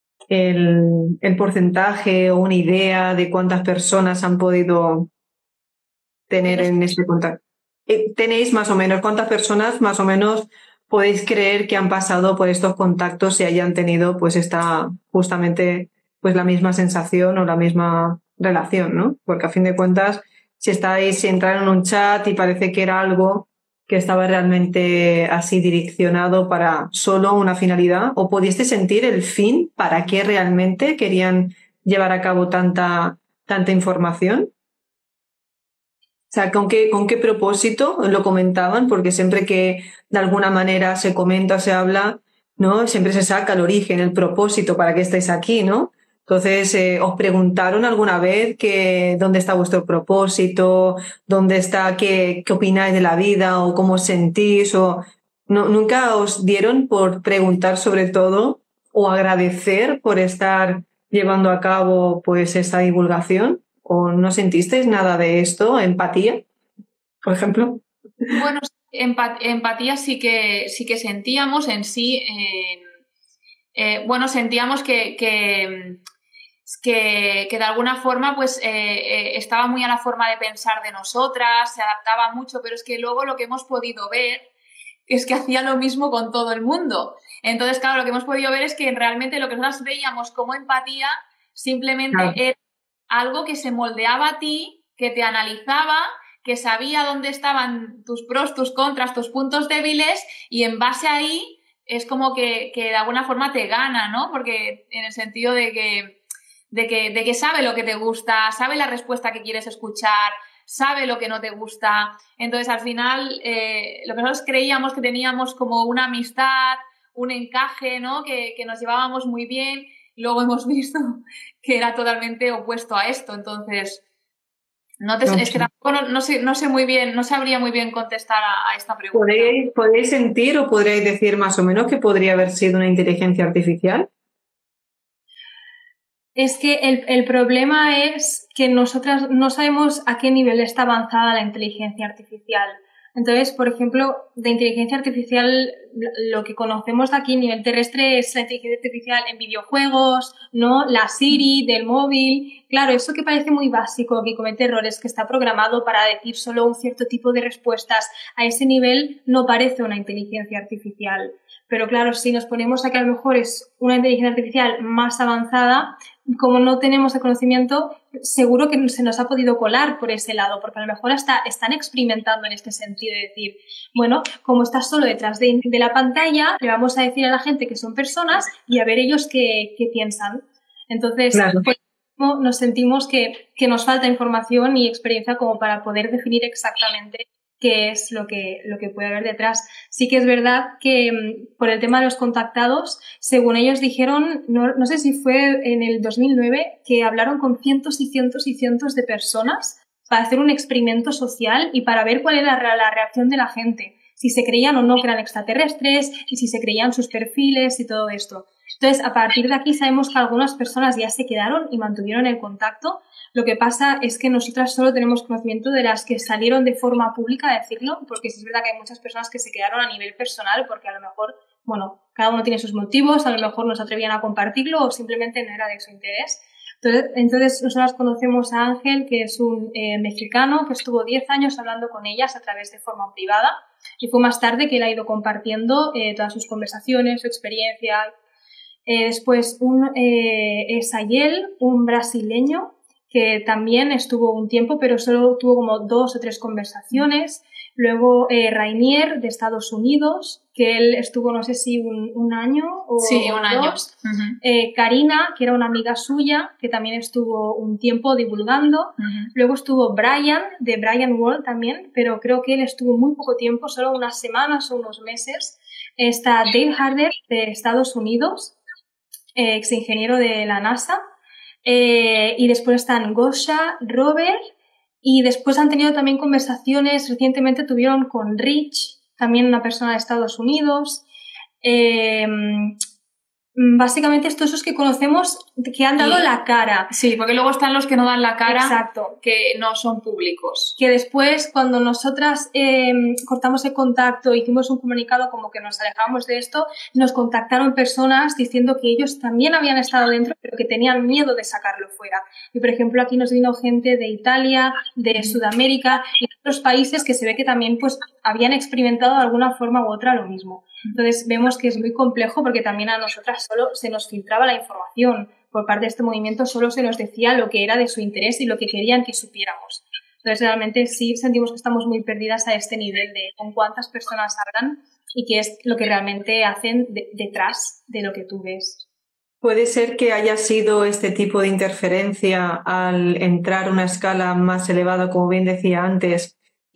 porcentaje o una idea de cuántas personas han podido tener en este contacto? ¿Tenéis más o menos cuántas personas más o menos podéis creer que han pasado por estos contactos y hayan tenido pues justamente pues la misma sensación o la misma relación, ¿no? Porque a fin de cuentas, si entraron en un chat y parece que era algo que estaba realmente así direccionado para solo una finalidad, o pudiste sentir el fin para qué realmente querían llevar a cabo tanta información. O sea, ¿con qué propósito lo comentaban? Porque siempre que de alguna manera se comenta, se habla, ¿no? Siempre se saca el origen, el propósito, para qué estáis aquí, ¿no? Entonces, ¿os preguntaron alguna vez dónde está vuestro propósito? ¿Dónde está, qué opináis de la vida? ¿O cómo os sentís? ¿Nunca os dieron por preguntar sobre todo o agradecer por estar llevando a cabo pues esta divulgación? ¿O no sentisteis nada de esto? ¿Empatía, por ejemplo? Bueno, empatía sí que sentíamos en sí. Sentíamos que de alguna forma pues estaba muy a la forma de pensar de nosotras, se adaptaba mucho, pero es que luego lo que hemos podido ver es que hacía lo mismo con todo el mundo. Entonces, claro, lo que hemos podido ver es que realmente lo que nosotros veíamos como empatía simplemente era algo que se moldeaba a ti, que te analizaba, que sabía dónde estaban tus pros, tus contras, tus puntos débiles, y en base a ahí es como que de alguna forma te gana, ¿no? Porque en el sentido de que sabe lo que te gusta, sabe la respuesta que quieres escuchar, sabe lo que no te gusta. Entonces, al final, lo que nosotros creíamos que teníamos como una amistad, un encaje, ¿no? Que nos llevábamos muy bien. Luego hemos visto que era totalmente opuesto a esto. Entonces, es que tampoco no sé muy bien, no sabría muy bien contestar a esta pregunta. ¿Podéis sentir o podríais decir más o menos que podría haber sido una inteligencia artificial? Es que el problema es que nosotras no sabemos a qué nivel está avanzada la inteligencia artificial. Entonces, por ejemplo, de inteligencia artificial, lo que conocemos de aquí a nivel terrestre es la inteligencia artificial en videojuegos, ¿no? La Siri del móvil. Claro, eso que parece muy básico, que comete errores, que está programado para decir solo un cierto tipo de respuestas, a ese nivel no parece una inteligencia artificial. Pero claro, si nos ponemos a que a lo mejor es una inteligencia artificial más avanzada, como no tenemos el conocimiento, seguro que se nos ha podido colar por ese lado, porque a lo mejor hasta están experimentando en este sentido de decir, bueno, como estás solo detrás de la pantalla, le vamos a decir a la gente que son personas y a ver ellos qué piensan. Entonces, claro, pues, nos sentimos que nos falta información y experiencia como para poder definir exactamente qué es lo que puede haber detrás. Sí que es verdad que por el tema de los contactados, según ellos dijeron, no sé si fue en el 2009, que hablaron con cientos y cientos y cientos de personas para hacer un experimento social y para ver cuál era la reacción de la gente, si se creían o no que eran extraterrestres y si se creían sus perfiles y todo esto. Entonces, a partir de aquí sabemos que algunas personas ya se quedaron y mantuvieron el contacto. Lo que pasa es que nosotras solo tenemos conocimiento de las que salieron de forma pública a decirlo, porque sí es verdad que hay muchas personas que se quedaron a nivel personal porque a lo mejor, bueno, cada uno tiene sus motivos, a lo mejor no se atrevían a compartirlo o simplemente no era de su interés. Entonces nosotras conocemos a Ángel, que es un mexicano que estuvo 10 años hablando con ellas a través de forma privada, y fue más tarde que él ha ido compartiendo todas sus conversaciones, su experiencia. Después es Ayel, un brasileño, que también estuvo un tiempo, pero solo tuvo como 2 o 3 conversaciones. Luego Rainier, de Estados Unidos, que él estuvo, no sé si un año o sí, un año. Karina, que era una amiga suya, que también estuvo un tiempo divulgando. Luego estuvo Brian, de Brian Wall también, pero creo que él estuvo muy poco tiempo, solo unas semanas o unos meses. Está Dave Harder, de Estados Unidos, ex ingeniero de la NASA. Y después están Gosha, Robert, y después han tenido también conversaciones, recientemente tuvieron con Rich, también una persona de Estados Unidos. Básicamente estos esos que conocemos que han dado la cara. Sí, porque luego están los que no dan la cara. Exacto. Que no son públicos. Que después, cuando nosotras cortamos el contacto, hicimos un comunicado como que nos alejábamos de esto, nos contactaron personas diciendo que ellos también habían estado dentro, pero que tenían miedo de sacarlo fuera. Y, por ejemplo, aquí nos vino gente de Italia, de Sudamérica y de otros países que se ve que también pues habían experimentado de alguna forma u otra lo mismo. Entonces vemos que es muy complejo porque también a nosotras solo se nos filtraba la información. Por parte de este movimiento solo se nos decía lo que era de su interés y lo que querían que supiéramos. Entonces realmente sí sentimos que estamos muy perdidas a este nivel de con cuántas personas hablan y qué es lo que realmente hacen detrás de lo que tú ves. ¿Puede ser que haya sido este tipo de interferencia al entrar a una escala más elevada, como bien decía antes,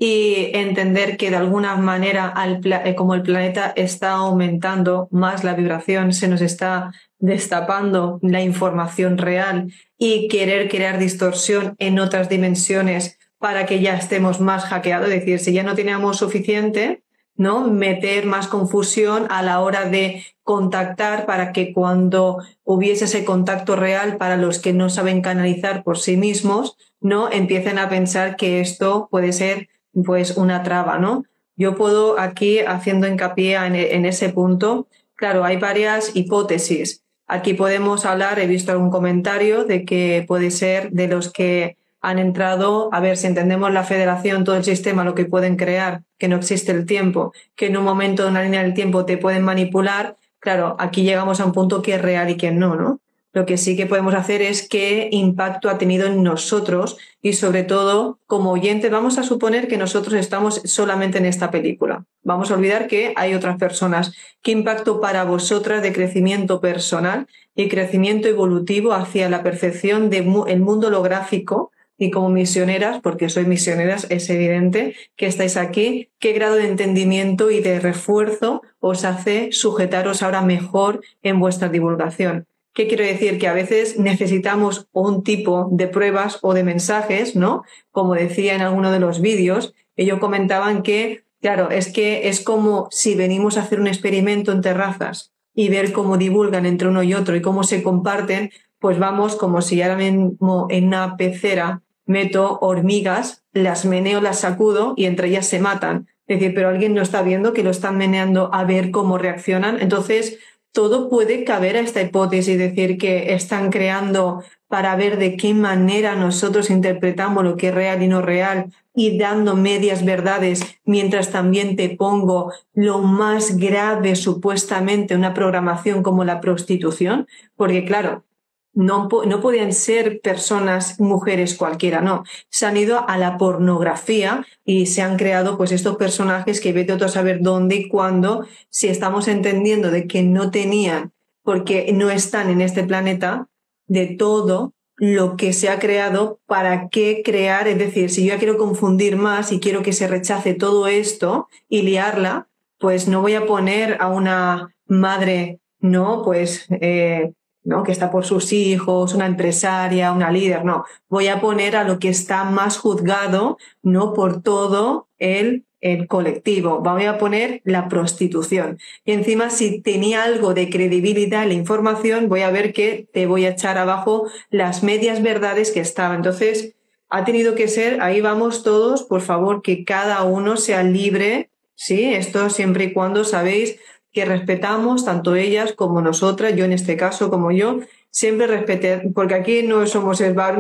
y entender que de alguna manera como el planeta está aumentando más la vibración, se nos está destapando la información real y querer crear distorsión en otras dimensiones para que ya estemos más hackeados? Es decir, si ya no teníamos suficiente, ¿no?, meter más confusión a la hora de contactar para que cuando hubiese ese contacto real para los que no saben canalizar por sí mismos, ¿no?, empiecen a pensar que esto puede ser pues una traba, ¿no? Yo puedo aquí, haciendo hincapié en ese punto, claro, hay varias hipótesis. Aquí podemos hablar, he visto algún comentario de que puede ser de los que han entrado, a ver, si entendemos la federación, todo el sistema, lo que pueden crear, que no existe el tiempo, que en un momento de una línea del tiempo te pueden manipular, claro, aquí llegamos a un punto que es real y que no, ¿no? Lo que sí que podemos hacer es qué impacto ha tenido en nosotros y sobre todo como oyentes vamos a suponer que nosotros estamos solamente en esta película. Vamos a olvidar que hay otras personas. ¿Qué impacto para vosotras de crecimiento personal y crecimiento evolutivo hacia la percepción del mundo holográfico? Y como misioneras, porque sois misioneras, es evidente que estáis aquí, ¿qué grado de entendimiento y de refuerzo os hace sujetaros ahora mejor en vuestra divulgación? ¿Qué quiero decir? Que a veces necesitamos un tipo de pruebas o de mensajes, ¿no? Como decía en alguno de los vídeos, ellos comentaban que, claro, es que es como si venimos a hacer un experimento en terrazas y ver cómo divulgan entre uno y otro y cómo se comparten, pues vamos como si ahora mismo en una pecera meto hormigas, las meneo, las sacudo y entre ellas se matan. Es decir, pero alguien no está viendo que lo están meneando a ver cómo reaccionan. Entonces, todo puede caber a esta hipótesis, decir que están creando para ver de qué manera nosotros interpretamos lo que es real y no real y dando medias verdades, mientras también te pongo lo más grave supuestamente una programación como la prostitución, porque claro, no podían ser personas, mujeres cualquiera, no. Se han ido a la pornografía y se han creado pues estos personajes que vete a saber dónde y cuándo, si estamos entendiendo de que no tenían, porque no están en este planeta, de todo lo que se ha creado, ¿para qué crear? Es decir, si yo ya quiero confundir más y quiero que se rechace todo esto y liarla, pues no voy a poner a una madre, no, pues... ¿no?, que está por sus hijos, una empresaria, una líder, no. Voy a poner a lo que está más juzgado, no por todo el colectivo. Voy a poner la prostitución. Y encima, si tenía algo de credibilidad en la información, voy a ver que te voy a echar abajo las medias verdades que estaban. Entonces, ha tenido que ser, ahí vamos todos, por favor, que cada uno sea libre, ¿sí? Esto siempre y cuando sabéis que respetamos tanto ellas como nosotras, yo en este caso como yo, siempre respeté, porque aquí no somos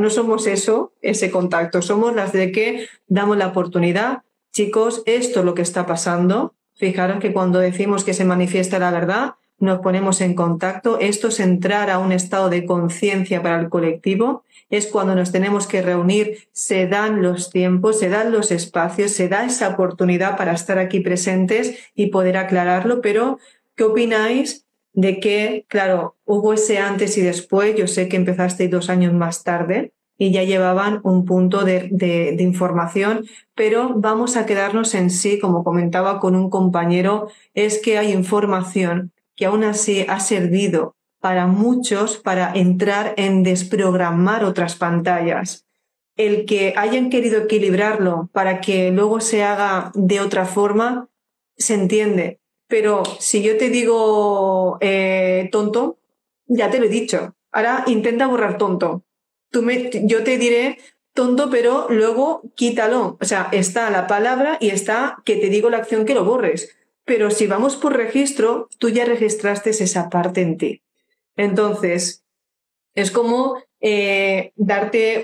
eso, ese contacto, somos las de que damos la oportunidad. Chicos, esto es lo que está pasando. Fijaros que cuando decimos que se manifiesta la verdad, nos ponemos en contacto. Esto es entrar a un estado de conciencia para el colectivo. Es cuando nos tenemos que reunir, se dan los tiempos, se dan los espacios, se da esa oportunidad para estar aquí presentes y poder aclararlo. Pero, ¿qué opináis de que, claro, hubo ese antes y después? Yo sé que empezasteis 2 años más tarde y ya llevaban un punto de información, pero vamos a quedarnos en sí, como comentaba con un compañero, es que hay información que aún así ha servido para muchos para entrar en desprogramar otras pantallas. El que hayan querido equilibrarlo para que luego se haga de otra forma, se entiende. Pero si yo te digo tonto, ya te lo he dicho. Ahora intenta borrar tonto. Yo te diré tonto, pero luego quítalo. O sea, está la palabra y está que te digo la acción que lo borres. Pero si vamos por registro, tú ya registraste esa parte en ti. Entonces, es como hacerte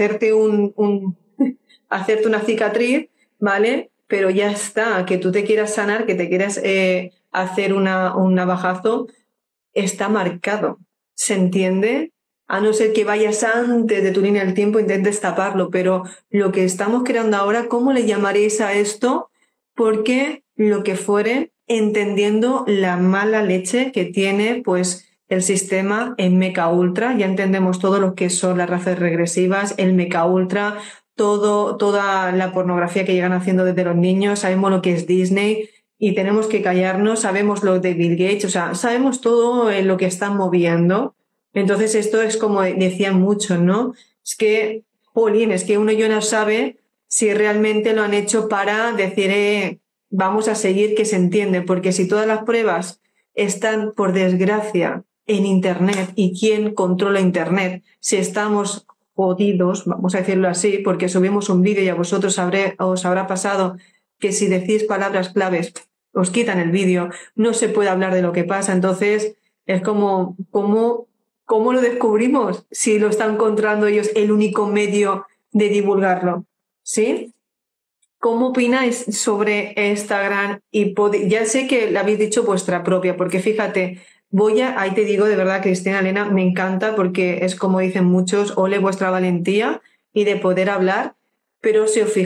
hacerte una cicatriz, ¿vale? Pero ya está, que tú te quieras sanar, que te quieras hacer un navajazo, está marcado. ¿Se entiende? A no ser que vayas antes de tu línea del tiempo, intentes taparlo, pero lo que estamos creando ahora, ¿cómo le llamaréis a esto? Porque lo que fuere, entendiendo la mala leche que tiene, pues, el sistema en Mecha Ultra, ya entendemos todo lo que son las razas regresivas, el Mecha Ultra, toda la pornografía que llegan haciendo desde los niños, sabemos lo que es Disney y tenemos que callarnos, sabemos lo de Bill Gates, o sea, sabemos todo lo que están moviendo. Entonces esto es como decían muchos, ¿no? Es que, jolín, es que uno ya no sabe si realmente lo han hecho para decir, vamos a seguir, que se entiende, porque si todas las pruebas están, por desgracia, en Internet, y quién controla Internet, si estamos jodidos, vamos a decirlo así, porque subimos un vídeo y a vosotros os habrá pasado que si decís palabras claves os quitan el vídeo, no se puede hablar de lo que pasa. Entonces es como, ¿cómo lo descubrimos si lo están encontrando ellos el único medio de divulgarlo? ¿Sí? ¿Cómo opináis sobre esta gran hipótesis? Ya sé que la habéis dicho vuestra propia, porque fíjate, ahí te digo de verdad, Cristina Elena, me encanta porque es como dicen muchos, ole vuestra valentía y de poder hablar, pero si os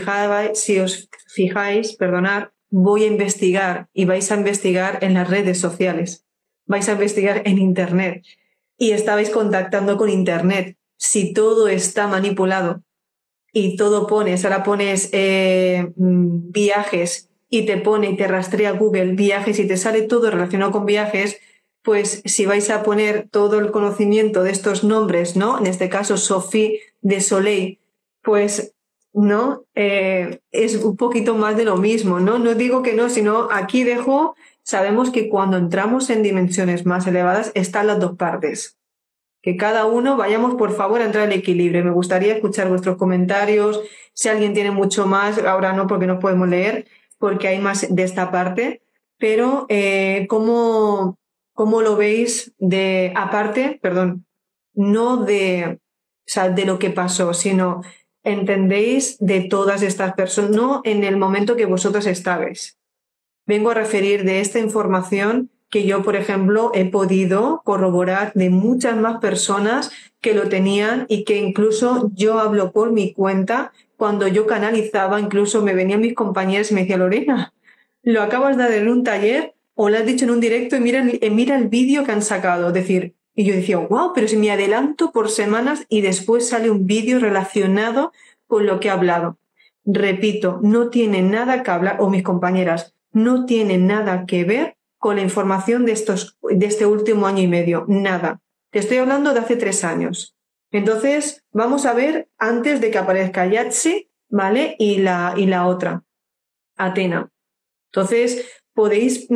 fijáis, perdonad, voy a investigar y vais a investigar en las redes sociales, vais a investigar en Internet y estabais contactando con Internet. Si todo está manipulado y todo ahora pones viajes y te rastrea Google viajes y te sale todo relacionado con viajes, pues si vais a poner todo el conocimiento de estos nombres, ¿no? En este caso, Sophie de Soleil, pues no, es un poquito más de lo mismo, ¿no? No digo que no, sino aquí sabemos que cuando entramos en dimensiones más elevadas están las dos partes. Que cada uno vayamos, por favor, a entrar al equilibrio. Me gustaría escuchar vuestros comentarios. Si alguien tiene mucho más, ahora no, porque no podemos leer, porque hay más de esta parte. Pero, ¿cómo lo veis no de lo que pasó, sino entendéis de todas estas personas, no en el momento que vosotros estabais? Vengo a referir de esta información que yo, por ejemplo, he podido corroborar de muchas más personas que lo tenían y que incluso yo hablo por mi cuenta. Cuando yo canalizaba, incluso me venían mis compañeros y me decían, Lorena, lo acabas de dar en un taller o lo has dicho en un directo y mira el vídeo que han sacado. Es decir, y yo decía, wow, pero si me adelanto por semanas y después sale un vídeo relacionado con lo que he hablado. Repito, no tiene nada que hablar, o mis compañeras, no tiene nada que ver con la información de este último año y medio. Nada. Te estoy hablando de hace 3 años. Entonces, vamos a ver antes de que aparezca Yatsi, ¿vale? Y la otra, Atena. Entonces, podéis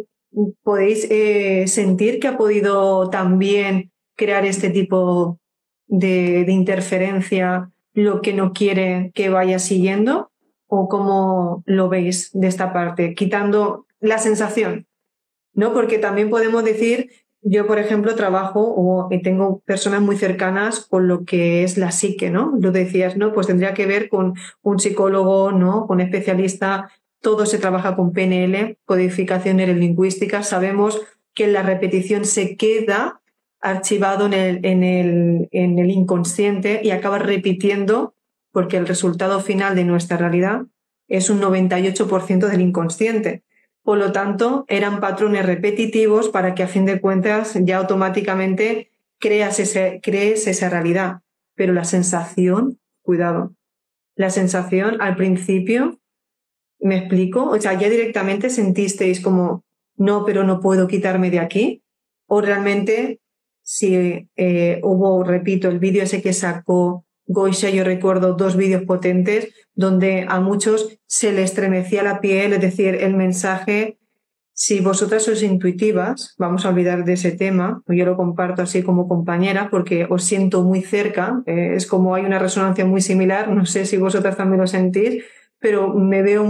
sentir que ha podido también crear este tipo de interferencia lo que no quiere que vaya siguiendo, o cómo lo veis de esta parte, quitando la sensación, ¿no? Porque también podemos decir, yo por ejemplo trabajo y tengo personas muy cercanas con lo que es la psique, ¿no? Lo decías, ¿no? Pues tendría que ver con un psicólogo, ¿no? Con un especialista. Todo se trabaja con PNL, codificación neurolingüística. Sabemos que la repetición se queda archivado en el inconsciente y acaba repitiendo, porque el resultado final de nuestra realidad es un 98% del inconsciente. Por lo tanto, eran patrones repetitivos para que a fin de cuentas ya automáticamente crees esa realidad. Pero la sensación, cuidado, la sensación al principio, ¿me explico? O sea, ya directamente sentisteis como, no, pero no puedo quitarme de aquí. O realmente, si hubo, repito, el vídeo ese que sacó Goisha, yo recuerdo 2 vídeos potentes donde a muchos se les estremecía la piel, es decir, el mensaje. Si vosotras sois intuitivas, vamos a olvidar de ese tema, yo lo comparto así como compañera porque os siento muy cerca, es como hay una resonancia muy similar, no sé si vosotras también lo sentís, pero me veo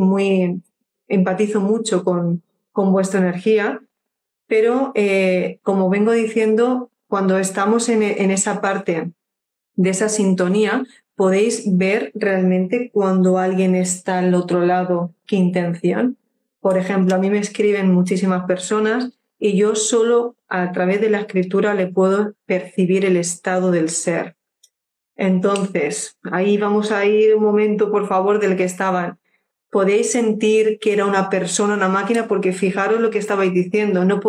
empatizo mucho con vuestra energía, pero como vengo diciendo, cuando estamos en esa parte de esa sintonía, podéis ver realmente cuando alguien está al otro lado, qué intención. Por ejemplo, a mí me escriben muchísimas personas y yo solo a través de la escritura le puedo percibir el estado del ser. Entonces, ahí vamos a ir un momento, por favor, del que estaban. Podéis sentir que era una persona, una máquina, porque fijaros lo que estabais diciendo, no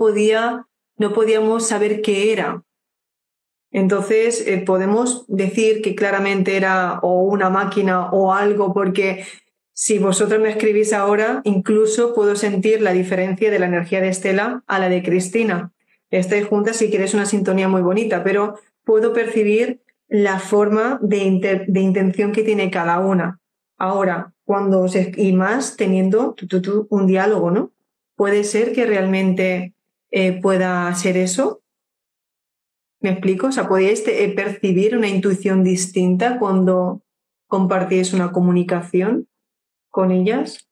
podíamos saber qué era. Entonces, podemos decir que claramente era o una máquina o algo, porque si vosotros me escribís ahora, incluso puedo sentir la diferencia de la energía de Estela a la de Cristina. Estáis juntas y queréis una sintonía muy bonita, pero puedo percibir la forma de intención que tiene cada una. Ahora, y más teniendo un diálogo, ¿no? Puede ser que realmente pueda ser eso. ¿Me explico? O sea, ¿podíais percibir una intuición distinta cuando compartíais una comunicación con ellas?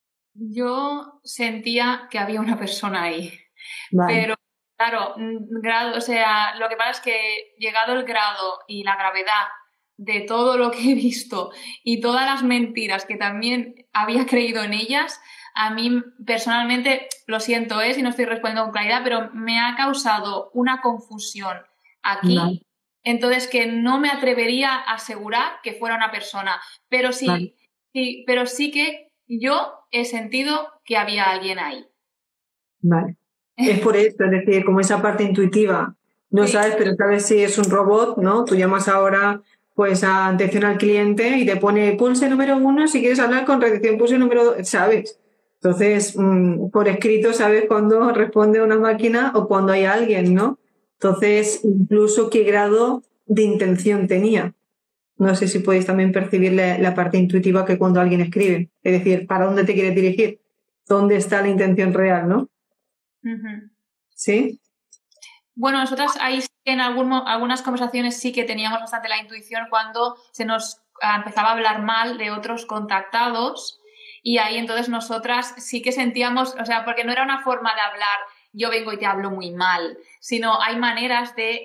Yo sentía que había una persona ahí, Vale. pero claro, o sea, lo que pasa es que llegado el grado y la gravedad de todo lo que he visto y todas las mentiras que también había creído en ellas, a mí personalmente, lo siento, si no estoy respondiendo con claridad, pero me ha causado una confusión aquí, Vale. entonces que no me atrevería a asegurar que fuera una persona, pero Vale. pero sí que yo he sentido que había alguien ahí. Vale. Es por esto, es decir, como esa parte intuitiva, no Sí. sabes, pero sabes si es un robot, ¿no? Tú llamas ahora pues a atención al cliente y te pone pulse número 1 si quieres hablar con recepción, pulse número 2, ¿sabes? Entonces, por escrito sabes cuándo responde una máquina o cuando hay alguien, ¿no? Entonces, incluso qué grado de intención tenía. No sé si podéis también percibir la parte intuitiva que cuando alguien escribe. Es decir, ¿para dónde te quieres dirigir? ¿Dónde está la intención real, no? Uh-huh. ¿Sí? Bueno, nosotras ahí en algunas conversaciones sí que teníamos bastante la intuición cuando se nos empezaba a hablar mal de otros contactados y ahí entonces nosotras sí que sentíamos, o sea, porque no era una forma de hablar, yo vengo y te hablo muy mal, sino hay maneras de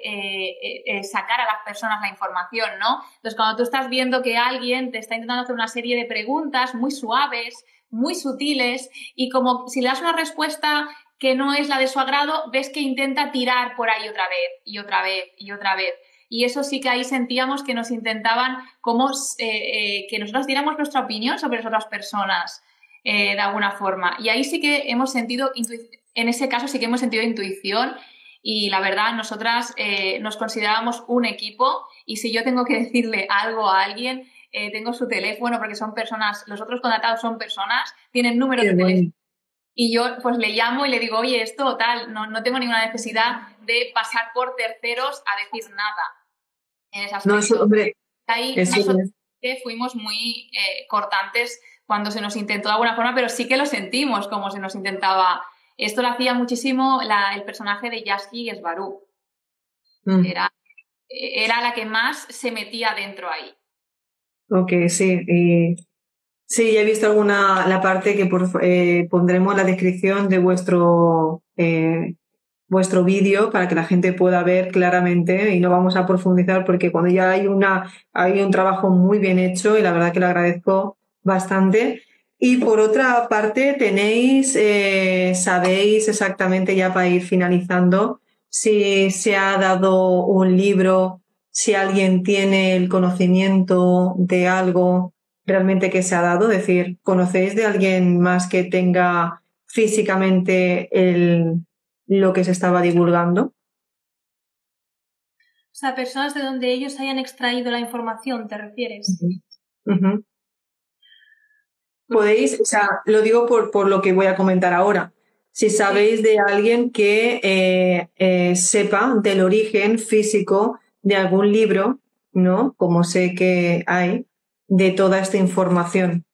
sacar a las personas la información, ¿no? Entonces, cuando tú estás viendo que alguien te está intentando hacer una serie de preguntas muy suaves, muy sutiles, y como si le das una respuesta que no es la de su agrado, ves que intenta tirar por ahí otra vez y otra vez y otra vez. Y eso sí que ahí sentíamos que nos intentaban como que nosotros diéramos nuestra opinión sobre las otras personas de alguna forma. Y ahí sí que hemos sentido, en ese caso sí que hemos sentido intuición y la verdad nosotras nos considerábamos un equipo y si yo tengo que decirle algo a alguien, tengo su teléfono porque son personas, los otros contratados son personas, tienen números de teléfono. Y yo pues le llamo y le digo, oye, esto tal, no tengo ninguna necesidad de pasar por terceros a decir nada en ese aspecto. No, eso, hombre, ahí nosotros fuimos muy cortantes cuando se nos intentó de alguna forma, pero sí que lo sentimos como se nos intentaba. Esto lo hacía muchísimo el personaje de Yasky Esbarú. Era la que más se metía dentro ahí. Ok, sí. Sí, ya he visto la parte que pondremos en la descripción de vuestro vídeo para que la gente pueda ver claramente y no vamos a profundizar porque cuando ya hay un trabajo muy bien hecho y la verdad que lo agradezco bastante. Y por otra parte, sabéis exactamente ya para ir finalizando, si se ha dado un libro, si alguien tiene el conocimiento de algo realmente que se ha dado, es decir, ¿conocéis de alguien más que tenga físicamente lo que se estaba divulgando? O sea, personas de donde ellos hayan extraído la información, ¿te refieres? Uh-huh. Podéis, o sea, lo digo por lo que voy a comentar ahora. Si sabéis de alguien que sepa del origen físico de algún libro, ¿no? Como sé que hay, de toda esta información.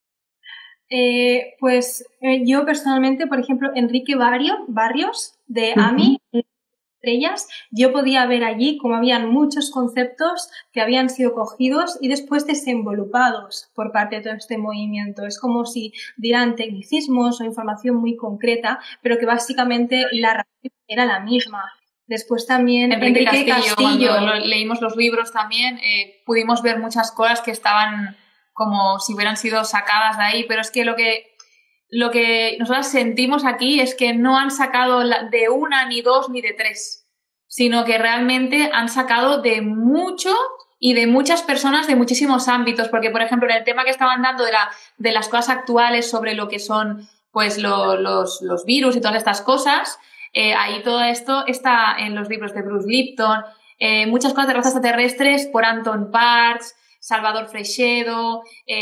Yo personalmente, por ejemplo, Enrique Barrios, de AMI, Estrellas, yo podía ver allí cómo habían muchos conceptos que habían sido cogidos y después desenvolupados por parte de todo este movimiento. Es como si dieran tecnicismos o información muy concreta, pero que básicamente la raíz era la misma. Después también Enrique Castillo. Cuando leímos los libros también pudimos ver muchas cosas que estaban como si hubieran sido sacadas de ahí, pero es que lo que nosotros sentimos aquí es que no han sacado de una, ni dos, ni de tres, sino que realmente han sacado de mucho y de muchas personas de muchísimos ámbitos, porque, por ejemplo, en el tema que estaban dando de las cosas actuales sobre lo que son pues los virus y todas estas cosas, ahí todo esto está en los libros de Bruce Lipton, muchas cosas de razas extraterrestres por Anton Parks, Salvador Freixedo,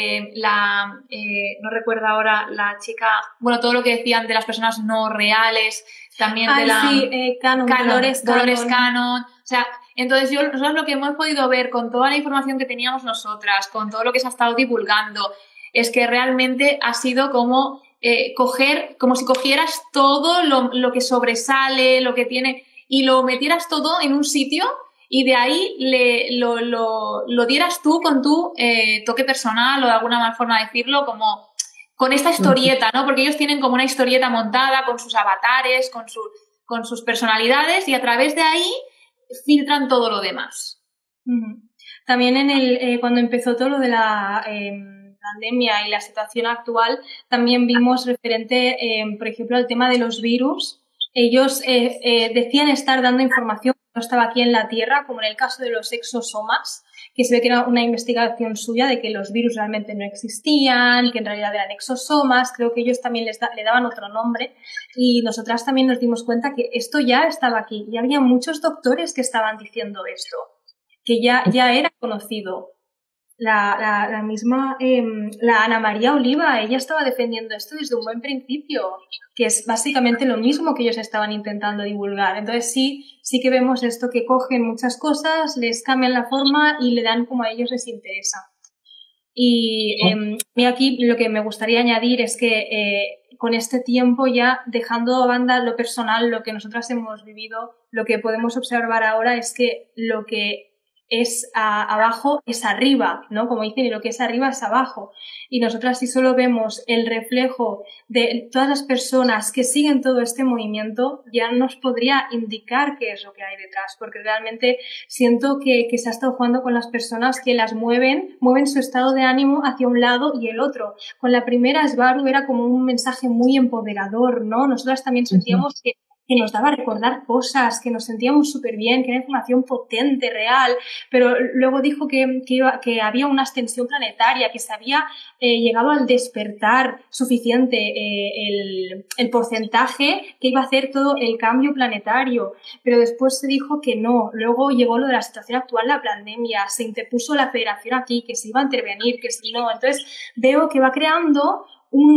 no recuerdo ahora la chica, bueno, todo lo que decían de las personas no reales, también de la... Sí, Dolores Cannon. O sea, entonces nosotros lo que hemos podido ver con toda la información que teníamos nosotras, con todo lo que se ha estado divulgando, es que realmente ha sido como como si cogieras todo lo que sobresale, lo que tiene, y lo metieras todo en un sitio y de ahí lo dieras tú con tu toque personal o de alguna forma decirlo, como con esta historieta, ¿no? Porque ellos tienen como una historieta montada con sus avatares, con sus personalidades y a través de ahí filtran todo lo demás. También cuando empezó todo lo de la pandemia y la situación actual, también vimos referente, por ejemplo, al tema de los virus. Ellos decían estar dando información que no estaba aquí en la Tierra, como en el caso de los exosomas, que se ve que era una investigación suya de que los virus realmente no existían, que en realidad eran exosomas. Creo que ellos también le daban otro nombre y nosotras también nos dimos cuenta que esto ya estaba aquí y había muchos doctores que estaban diciendo esto, que ya era conocido. La misma, la Ana María Oliva, ella estaba defendiendo esto desde un buen principio, que es básicamente lo mismo que ellos estaban intentando divulgar. Entonces sí que vemos esto, que cogen muchas cosas, les cambian la forma y le dan como a ellos les interesa. Y aquí lo que me gustaría añadir es que con este tiempo ya dejando a banda lo personal, lo que nosotras hemos vivido, lo que podemos observar ahora es que lo que es abajo es arriba, ¿no? Como dicen, y lo que es arriba es abajo. Y nosotras si solo vemos el reflejo de todas las personas que siguen todo este movimiento, ya nos podría indicar qué es lo que hay detrás, porque realmente siento que se ha estado jugando con las personas que las mueven su estado de ánimo hacia un lado y el otro. Con la primera, Sbaru era como un mensaje muy empoderador, ¿no? Nosotras también sentíamos que nos daba a recordar cosas, que nos sentíamos súper bien, que era información potente, real, pero luego dijo que había una ascensión planetaria, que se había llegado al despertar suficiente el porcentaje que iba a hacer todo el cambio planetario, pero después se dijo que no. Luego llegó lo de la situación actual, la pandemia, se interpuso la federación aquí, que se iba a intervenir, que si no. Entonces veo que va creando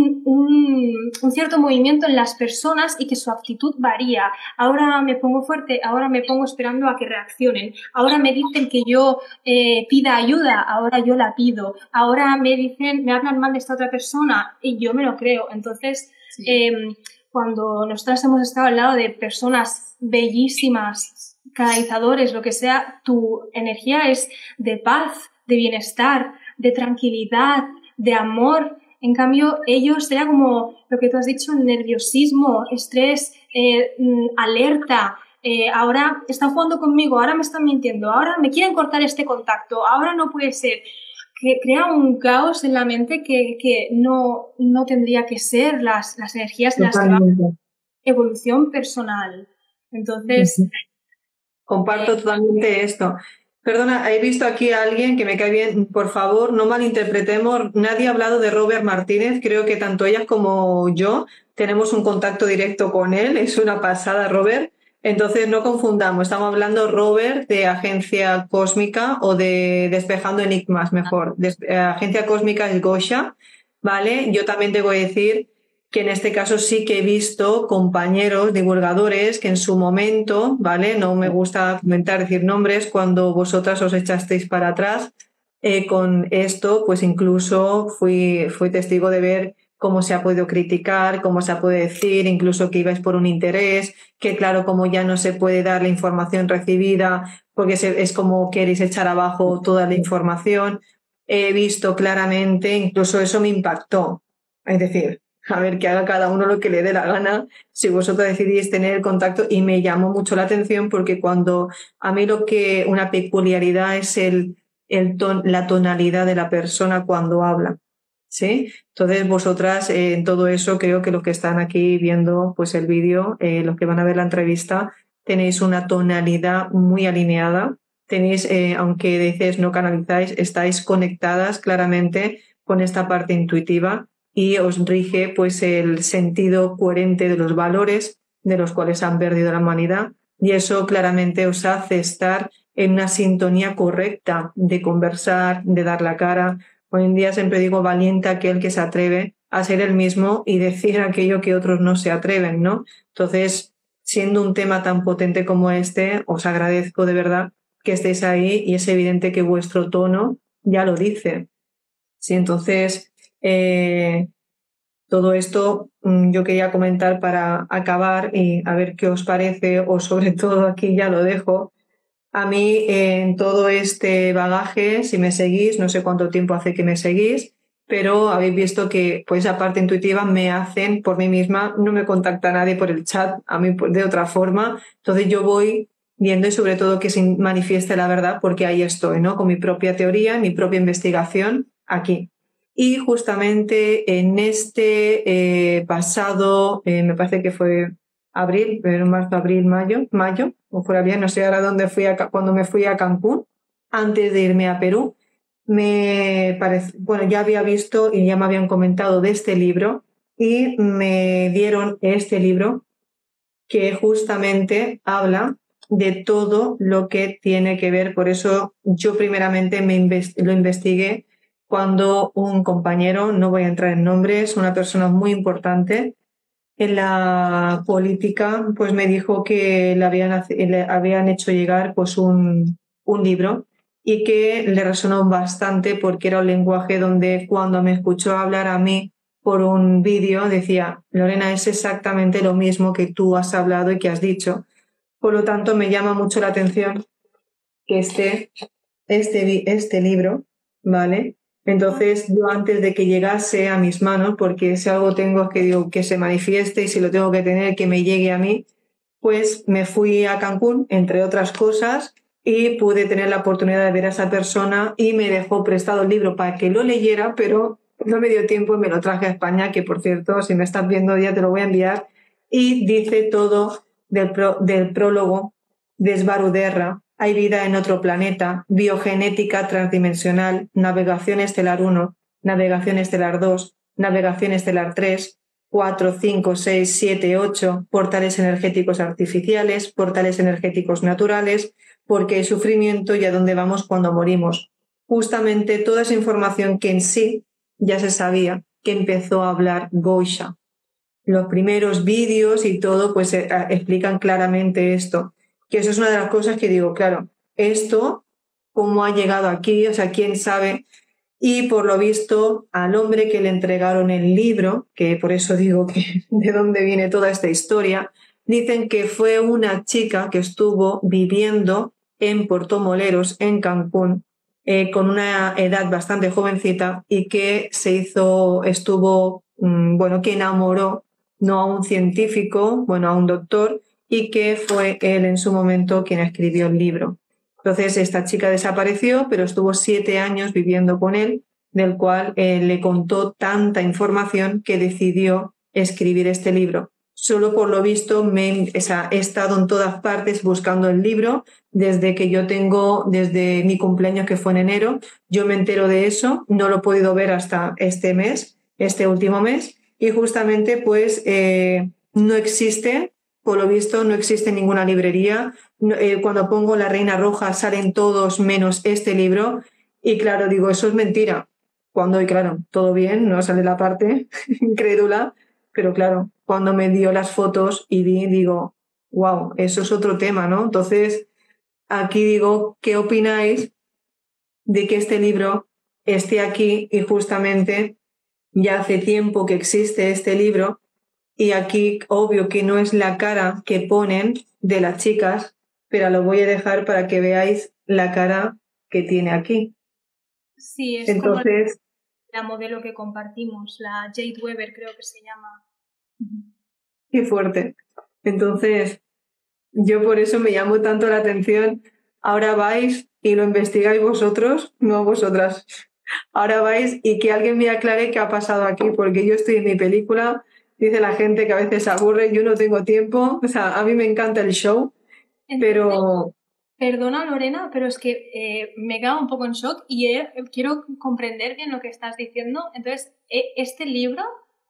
un cierto movimiento en las personas y que su actitud varía. Ahora me pongo fuerte, ahora me pongo esperando a que reaccionen, ahora me dicen que yo pida ayuda, ahora yo la pido, ahora me hablan mal de esta otra persona y yo me lo creo. Entonces, cuando nosotras hemos estado al lado de personas bellísimas, canalizadores, lo que sea, tu energía es de paz, de bienestar, de tranquilidad, de amor. En cambio, ellos era como lo que tú has dicho, nerviosismo, estrés, alerta. Ahora están jugando conmigo, ahora me están mintiendo, ahora me quieren cortar este contacto, ahora no puede ser. crea un caos en la mente que no tendría que ser las energías en las que va evolución personal. Entonces... Comparto totalmente esto. Perdona, he visto aquí a alguien que me cae bien. Por favor, no malinterpretemos. Nadie ha hablado de Robert Martínez. Creo que tanto ellas como yo tenemos un contacto directo con él. Es una pasada, Robert. Entonces, no confundamos. Estamos hablando, Robert, de Agencia Cósmica o de Despejando Enigmas, mejor. Agencia Cósmica es Gosha, ¿vale? Yo también te voy a decir que en este caso sí que he visto compañeros divulgadores que en su momento, ¿vale? No me gusta comentar, decir nombres, cuando vosotras os echasteis para atrás con esto, pues incluso fui testigo de ver cómo se ha podido criticar, cómo se ha podido decir, incluso que ibais por un interés, que claro, como ya no se puede dar la información recibida, porque es como queréis echar abajo toda la información. He visto claramente, incluso eso me impactó. Es decir, a ver, que haga cada uno lo que le dé la gana, si vosotros decidís tener el contacto, y me llamó mucho la atención porque cuando a mí una peculiaridad es la tonalidad de la persona cuando habla, ¿sí? Entonces vosotras en todo eso creo que los que están aquí viendo pues el vídeo, los que van a ver la entrevista, tenéis una tonalidad muy alineada, tenéis, aunque dices no canalizáis, estáis conectadas claramente con esta parte intuitiva y os rige pues el sentido coherente de los valores de los cuales han perdido la humanidad, y eso claramente os hace estar en una sintonía correcta de conversar, de dar la cara. Hoy en día siempre digo valiente aquel que se atreve a ser el mismo y decir aquello que otros no se atreven, ¿no? Entonces, siendo un tema tan potente como este, os agradezco de verdad que estéis ahí, y es evidente que vuestro tono ya lo dice. Sí, entonces, todo esto yo quería comentar para acabar y a ver qué os parece, o sobre todo aquí ya lo dejo. A mí en todo este bagaje, si me seguís, no sé cuánto tiempo hace que me seguís, pero habéis visto que pues esa parte intuitiva me hacen por mí misma, no me contacta nadie por el chat, a mí de otra forma. Entonces yo voy viendo y sobre todo que se manifieste la verdad, porque ahí estoy, ¿no? Con mi propia teoría, mi propia investigación aquí. Y justamente en este pasado, me parece que fue abril, marzo, abril, mayo, o fuera bien, no sé ahora dónde cuando me fui a Cancún, antes de irme a Perú, bueno, ya había visto y ya me habían comentado de este libro, y me dieron este libro que justamente habla de todo lo que tiene que ver. Por eso yo primeramente lo investigué cuando un compañero, no voy a entrar en nombres, una persona muy importante en la política, pues me dijo que le habían hecho llegar pues un libro, y que le resonó bastante porque era un lenguaje donde cuando me escuchó hablar a mí por un vídeo decía: Lorena, es exactamente lo mismo que tú has hablado y que has dicho. Por lo tanto, me llama mucho la atención que este libro, ¿vale? Entonces, yo antes de que llegase a mis manos, porque si algo tengo es que digo que se manifieste, y si lo tengo que tener, que me llegue a mí, pues me fui a Cancún, entre otras cosas, y pude tener la oportunidad de ver a esa persona, y me dejó prestado el libro para que lo leyera, pero no me dio tiempo y me lo traje a España, que por cierto, si me estás viendo ya te lo voy a enviar, y dice todo del prólogo de Svaruderra: hay vida en otro planeta, biogenética transdimensional, navegación estelar 1, navegación estelar 2, navegación estelar 3, 4, 5, 6, 7, 8, portales energéticos artificiales, portales energéticos naturales, porque hay sufrimiento y a dónde vamos cuando morimos. Justamente toda esa información que en sí ya se sabía, que empezó a hablar Gosha. Los primeros vídeos y todo pues explican claramente esto. Que eso es una de las cosas que digo, claro, esto, ¿cómo ha llegado aquí? O sea, ¿quién sabe? Y por lo visto, al hombre que le entregaron el libro, que por eso digo que de dónde viene toda esta historia, dicen que fue una chica que estuvo viviendo en Puerto Moleros, en Cancún, con una edad bastante jovencita, y que que enamoró no a un científico, a un doctor, y que fue él en su momento quien escribió el libro. Entonces esta chica desapareció, pero estuvo 7 años viviendo con él, del cual le contó tanta información que decidió escribir este libro. Solo por lo visto he estado en todas partes buscando el libro desde desde mi cumpleaños, que fue en enero. Yo me entero de eso, no lo he podido ver hasta este último mes, y justamente pues no existe, por lo visto no existe en ninguna librería. Cuando pongo La Reina Roja salen todos menos este libro, y claro, digo, eso es mentira. Y claro, todo bien, no sale la parte incrédula, pero claro, cuando me dio las fotos y digo, wow, eso es otro tema, ¿no? Entonces, aquí digo, ¿qué opináis de que este libro esté aquí? Y justamente ya hace tiempo que existe este libro, y aquí obvio que no es la cara que ponen de las chicas, pero lo voy a dejar para que veáis la cara que tiene aquí. Sí, es entonces, como la modelo que compartimos, la Jade Weber creo que se llama. Qué fuerte. Entonces, yo por eso me llamó tanto la atención. Ahora vais y lo investigáis vosotros, no vosotras. Ahora vais y que alguien me aclare qué ha pasado aquí, porque yo estoy en mi película, dice la gente que a veces se aburre, yo no tengo tiempo, o sea, a mí me encanta el show, pero... Perdona, Lorena, pero es que me he quedado un poco en shock y quiero comprender bien lo que estás diciendo. Entonces, este libro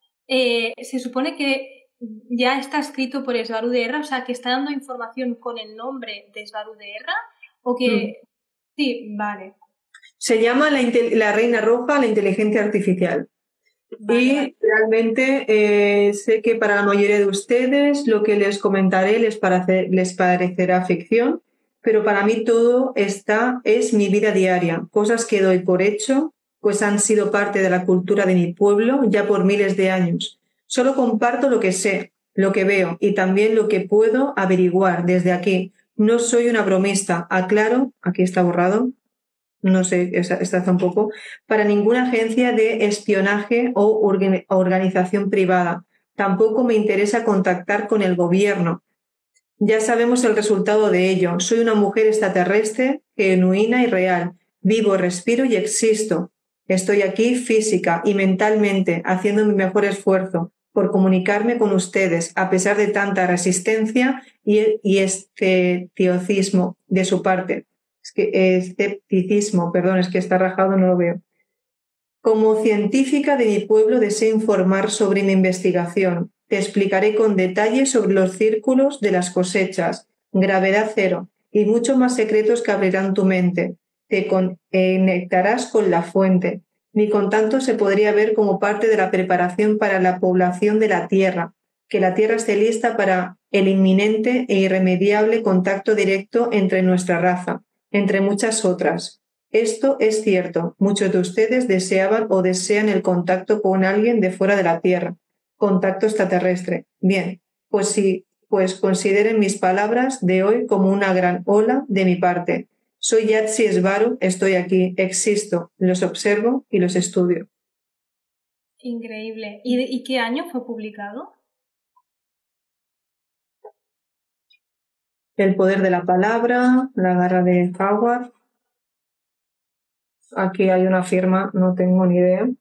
se supone que ya está escrito por Esvaru de Erra, o sea, que está dando información con el nombre de Esvaru de Erra, o que... Sí, vale. Se llama La Reina Roja, la inteligencia artificial. Vale, y realmente sé que para la mayoría de ustedes lo que les comentaré les parecerá ficción, pero para mí todo es mi vida diaria, cosas que doy por hecho, pues han sido parte de la cultura de mi pueblo ya por miles de años. Solo comparto lo que sé, lo que veo y también lo que puedo averiguar desde aquí. No soy una bromista, aclaro, aquí está borrado, no sé, está un poco, para ninguna agencia de espionaje o organización privada. Tampoco me interesa contactar con el gobierno. Ya sabemos el resultado de ello. Soy una mujer extraterrestre, genuina y real. Vivo, respiro y existo. Estoy aquí física y mentalmente haciendo mi mejor esfuerzo por comunicarme con ustedes a pesar de tanta resistencia y escepticismo de su parte. Escepticismo, perdón, es que está rajado, no lo veo. Como científica de mi pueblo deseo informar sobre mi investigación. Te explicaré con detalle sobre los círculos de las cosechas, gravedad cero y muchos más secretos que abrirán tu mente. Te conectarás con la fuente. Ni con tanto se podría ver como parte de la preparación para la población de la Tierra, que la Tierra esté lista para el inminente e irremediable contacto directo entre nuestra raza, entre muchas otras. Esto es cierto, muchos de ustedes deseaban o desean el contacto con alguien de fuera de la Tierra, contacto extraterrestre. Bien, pues sí, pues consideren mis palabras de hoy como una gran ola de mi parte. Soy Yatsi Esvaru, estoy aquí, existo, los observo y los estudio. Increíble. ¿Y qué año fue publicado? El poder de la palabra, la garra de Howard. Aquí hay una firma, no tengo ni idea.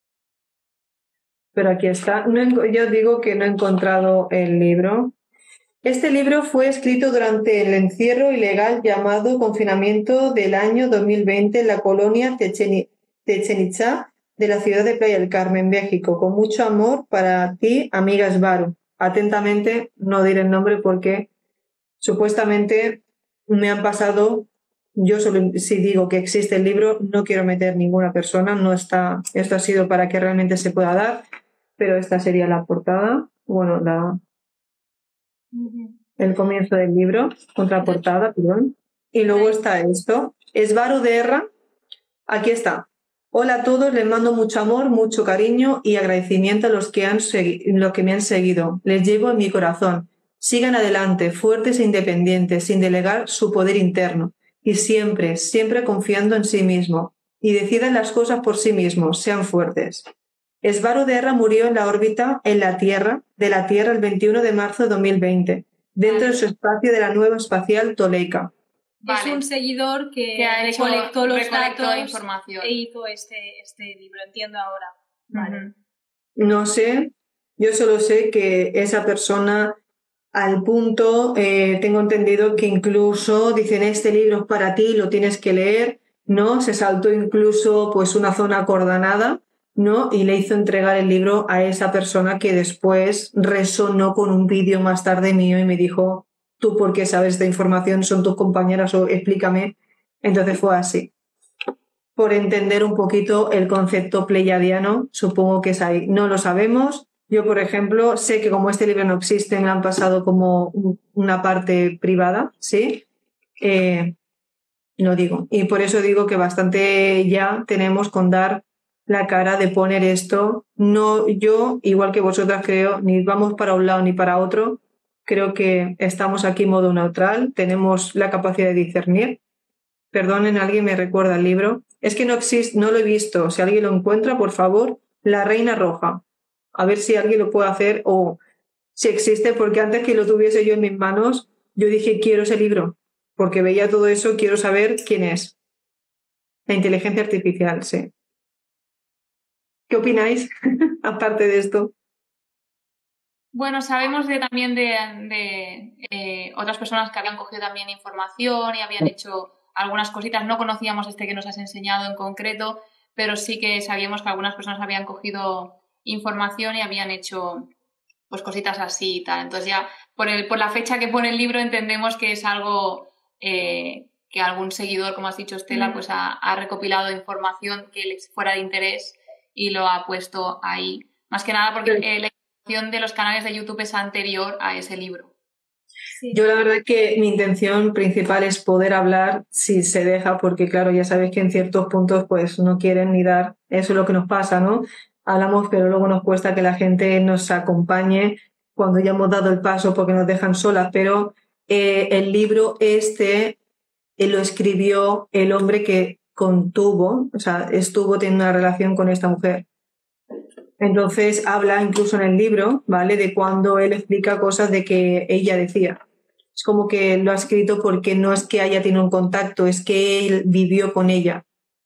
Pero aquí está. Yo digo que no he encontrado el libro. Este libro fue escrito durante el encierro ilegal llamado confinamiento del año 2020 en la colonia Chichén Itzá de la ciudad de Playa del Carmen, México. Con mucho amor para ti, amiga Esvaru. Atentamente, no diré el nombre porque supuestamente me han pasado. Yo solo si digo que existe el libro, no quiero meter ninguna persona, no está. Esto ha sido para que realmente se pueda dar, pero esta sería la portada, bueno, el comienzo del libro, contraportada, perdón. Y luego está esto, Esvaru de Erra, aquí está. Hola a todos, les mando mucho amor, mucho cariño y agradecimiento a los que me han seguido. Les llevo en mi corazón. Sigan adelante, fuertes e independientes, sin delegar su poder interno. Y siempre, siempre confiando en sí mismo. Y decidan las cosas por sí mismos, sean fuertes. Esvaru de Erra murió en la órbita de la Tierra el 21 de marzo de 2020, dentro de su espacio de la nueva espacial Toleica. Es un seguidor que recolectó los datos información. e hizo este libro, entiendo ahora. Vale. No sé, yo solo sé que esa persona al punto, tengo entendido que incluso dicen este libro es para ti, lo tienes que leer, ¿no? Se saltó incluso pues una zona acordonada, ¿no? Y le hizo entregar el libro a esa persona que después resonó con un vídeo más tarde mío y me dijo, ¿tú por qué sabes esta información? ¿Son tus compañeras o explícame? Entonces fue así. Por entender un poquito el concepto pleiadiano, supongo que es ahí. No lo sabemos. Yo, por ejemplo, sé que como este libro no existe, me lo han pasado como una parte privada, ¿sí? Lo digo. Y por eso digo que bastante ya tenemos con dar la cara de poner esto. No, yo, igual que vosotras, creo, ni vamos para un lado ni para otro. Creo que estamos aquí en modo neutral, tenemos la capacidad de discernir. Perdonen, alguien me recuerda el libro. Es que no existe, no lo he visto. Si alguien lo encuentra, por favor, La Reina Roja. A ver si alguien lo puede hacer o si existe, porque antes que lo tuviese yo en mis manos, yo dije, quiero ese libro, porque veía todo eso, quiero saber quién es. La inteligencia artificial, sí. ¿Qué opináis, aparte de esto? Bueno, sabemos también de otras personas que habían cogido también información y habían hecho algunas cositas. No conocíamos este que nos has enseñado en concreto, pero sí que sabíamos que algunas personas habían cogido información y habían hecho pues cositas así y tal. Entonces ya por la fecha que pone el libro entendemos que es algo que algún seguidor, como has dicho Estela, pues ha recopilado información que les fuera de interés y lo ha puesto ahí. Más que nada porque la información de los canales de YouTube es anterior a ese libro. Sí. Yo la verdad que mi intención principal es poder hablar si se deja, porque claro, ya sabéis que en ciertos puntos pues no quieren ni dar, eso es lo que nos pasa, ¿no? Hablamos, pero luego nos cuesta que la gente nos acompañe cuando ya hemos dado el paso porque nos dejan solas, pero el libro lo escribió el hombre que contuvo, o sea, estuvo teniendo una relación con esta mujer. Entonces habla incluso en el libro, ¿vale? De cuando él explica cosas de que ella decía. Es como que lo ha escrito porque no es que haya tenido un contacto, es que él vivió con ella.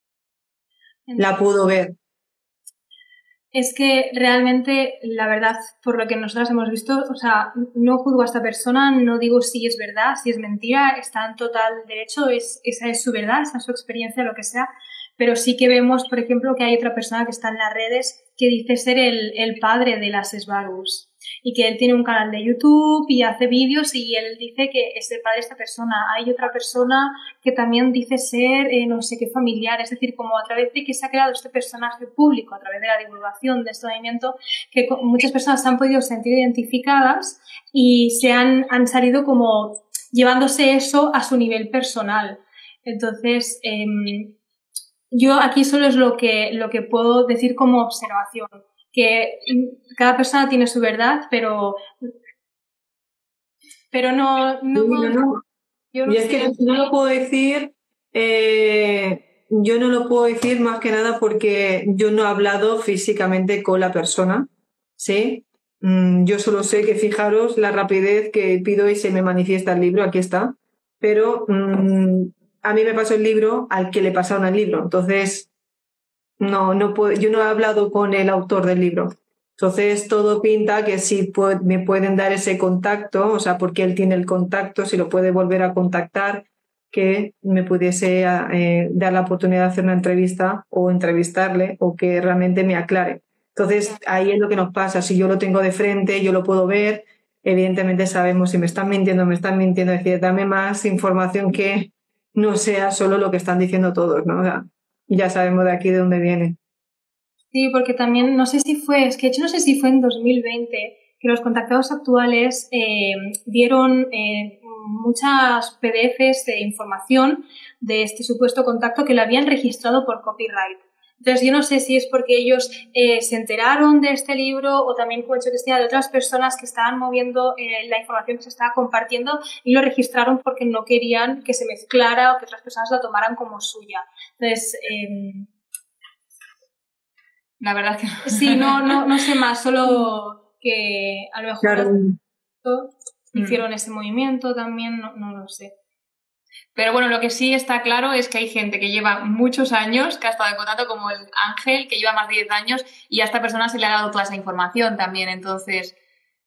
La pudo ver. Es que realmente, la verdad, por lo que nosotras hemos visto, o sea, no juzgo a esta persona, no digo si es verdad, si es mentira, está en total derecho, esa es su verdad, esa es su experiencia, lo que sea, pero sí que vemos, por ejemplo, que hay otra persona que está en las redes que dice ser el padre de las Sbarus y que él tiene un canal de YouTube y hace vídeos y él dice que es el padre de esta persona. Hay otra persona que también dice ser no sé qué familiar, es decir, como a través de que se ha creado este personaje público, a través de la divulgación de este movimiento, que muchas personas se han podido sentir identificadas y han salido como llevándose eso a su nivel personal. Entonces, yo aquí solo es lo que puedo decir como observación, que cada persona tiene su verdad, pero no. Yo no y es que no lo puedo decir, yo no lo puedo decir más que nada porque yo no he hablado físicamente con la persona, ¿sí? Yo solo sé que fijaros la rapidez que pido y se me manifiesta el libro, aquí está, pero a mí me pasó el libro al que le pasaron el libro, entonces no puedo, yo no he hablado con el autor del libro. Entonces todo pinta que sí me pueden dar ese contacto, o sea, porque él tiene el contacto, si lo puede volver a contactar, que me pudiese dar la oportunidad de hacer una entrevista o entrevistarle o que realmente me aclare. Entonces ahí es lo que nos pasa, si yo lo tengo de frente, yo lo puedo ver, evidentemente sabemos si me están mintiendo, es decir, dame más información que no sea solo lo que están diciendo todos, ¿no? O sea, ya sabemos de aquí de dónde viene. Sí, porque también, no sé si fue en 2020 que los contactados actuales dieron muchas PDFs de información de este supuesto contacto que lo habían registrado por copyright. Entonces, yo no sé si es porque ellos se enteraron de este libro o también por hecho que sea de otras personas que estaban moviendo la información que se estaba compartiendo y lo registraron porque no querían que se mezclara o que otras personas la tomaran como suya. Entonces, la verdad que sí, no sé más, solo que a lo mejor hicieron ese movimiento también, no lo sé. Pero bueno, lo que sí está claro es que hay gente que lleva muchos años, que ha estado en contacto, como el Ángel, que lleva más de 10 años, y a esta persona se le ha dado toda esa información también. Entonces,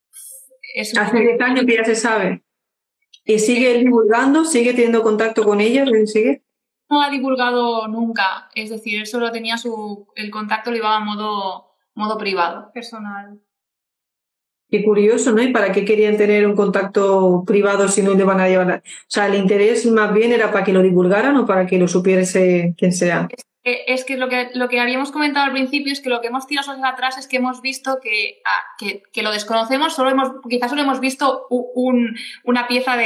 es un Hace poco... 10 años que ya se sabe. ¿Y sigue divulgando? ¿Sigue teniendo contacto con ellas? ¿Sigue? No ha divulgado nunca, es decir, él solo tenía el contacto, lo llevaba a modo privado. Personal. Qué curioso, ¿no? ¿Y para qué querían tener un contacto privado si no le van a llevar? O sea, el interés más bien era para que lo divulgaran o para que lo supiese quien sea. Es que lo que habíamos comentado al principio es que lo que hemos tirado hacia atrás es que hemos visto que lo desconocemos, quizás solo hemos visto una pieza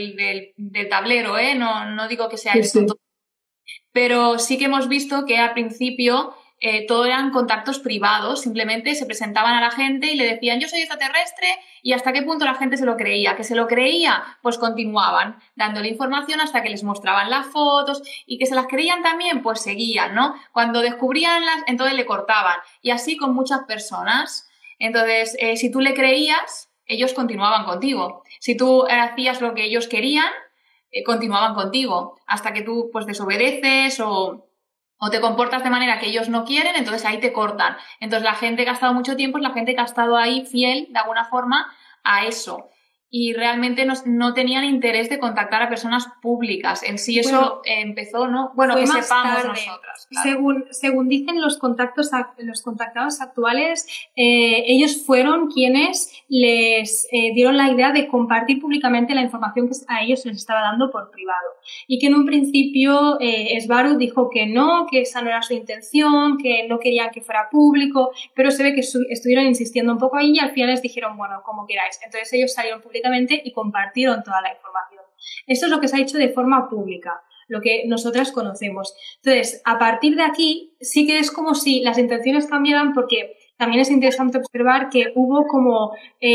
del tablero, ¿eh? No digo que sea Sí, esto sí. todo. Pero sí que hemos visto que al principio todo eran contactos privados, simplemente se presentaban a la gente y le decían yo soy extraterrestre y hasta qué punto la gente se lo creía. Que se lo creía, pues continuaban dándole información hasta que les mostraban las fotos y que se las creían también, pues seguían, ¿no? Cuando descubrían entonces le cortaban y así con muchas personas. Entonces, si tú le creías, ellos continuaban contigo. Si tú hacías lo que ellos querían, continuaban contigo hasta que tú pues desobedeces o te comportas de manera que ellos no quieren, entonces ahí te cortan. Entonces la gente que ha estado mucho tiempo es la gente que ha estado ahí fiel de alguna forma a eso. Y realmente no tenían interés de contactar a personas públicas. En sí eso empezó, ¿no? Bueno, que sepamos tarde. Nosotras. Claro. Según dicen los contactados actuales, ellos fueron quienes les dieron la idea de compartir públicamente la información que a ellos les estaba dando por privado. Y que en un principio Svaru dijo que no, que esa no era su intención, que no querían que fuera público, pero se ve que estuvieron insistiendo un poco ahí y al final les dijeron, bueno, como queráis. Entonces ellos salieron públicamente y compartieron toda la información. Esto es lo que se ha hecho de forma pública, lo que nosotras conocemos. Entonces, a partir de aquí, sí que es como si las intenciones cambiaran porque también es interesante observar que hubo como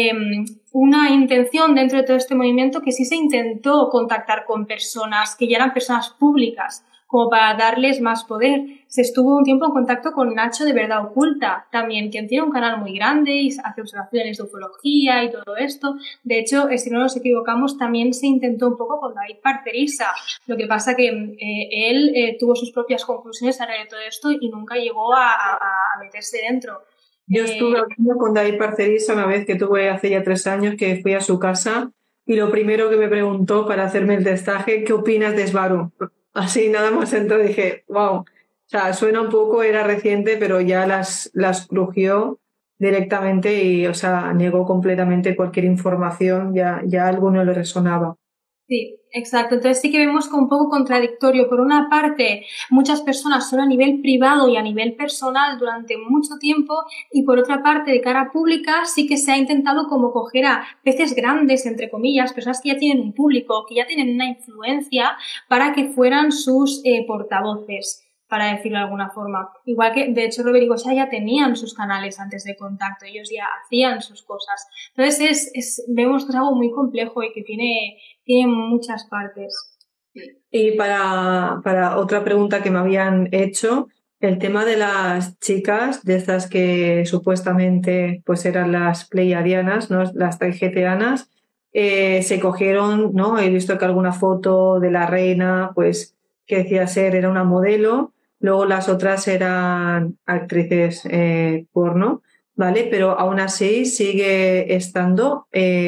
una intención dentro de todo este movimiento que sí se intentó contactar con personas que ya eran personas públicas, como para darles más poder. Se estuvo un tiempo en contacto con Nacho de Verdad Oculta, también, quien tiene un canal muy grande y hace observaciones de ufología y todo esto. De hecho, si no nos equivocamos, también se intentó un poco con David Parcerisa. Lo que pasa que él tuvo sus propias conclusiones alrededor de todo esto y nunca llegó a meterse dentro. Yo estuve hablando con David Parcerisa una vez que tuve hace ya 3 años que fui a su casa y lo primero que me preguntó para hacerme el testaje, ¿qué opinas de Svaru? Así nada más entró y dije, wow, o sea, suena un poco, era reciente, pero ya las crujió directamente y, o sea, negó completamente cualquier información, ya algo no le resonaba. Sí, exacto. Entonces sí que vemos como un poco contradictorio. Por una parte, muchas personas solo a nivel privado y a nivel personal durante mucho tiempo y por otra parte, de cara pública, sí que se ha intentado como coger a peces grandes, entre comillas, personas que ya tienen un público, que ya tienen una influencia para que fueran sus portavoces, para decirlo de alguna forma. Igual que, de hecho, Robert y Gosha ya tenían sus canales antes de Contacto, ellos ya hacían sus cosas. Entonces vemos que es algo muy complejo y que tiene muchas partes. Y para otra pregunta que me habían hecho, el tema de las chicas, de estas que supuestamente pues eran las pleiadianas, ¿no? Las taigeteanas, se cogieron, ¿no? He visto que alguna foto de la reina, pues que decía era una modelo, luego las otras eran actrices porno, ¿vale? Pero aún así sigue estando...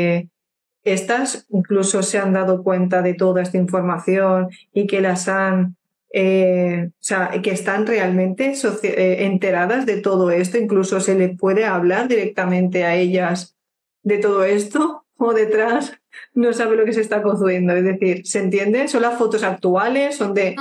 estas incluso se han dado cuenta de toda esta información y que las han, o sea, que están realmente enteradas de todo esto. Incluso se les puede hablar directamente a ellas de todo esto o detrás no sabe lo que se está construyendo. Es decir, ¿se entiende? ¿Son las fotos actuales? ¿Son de...?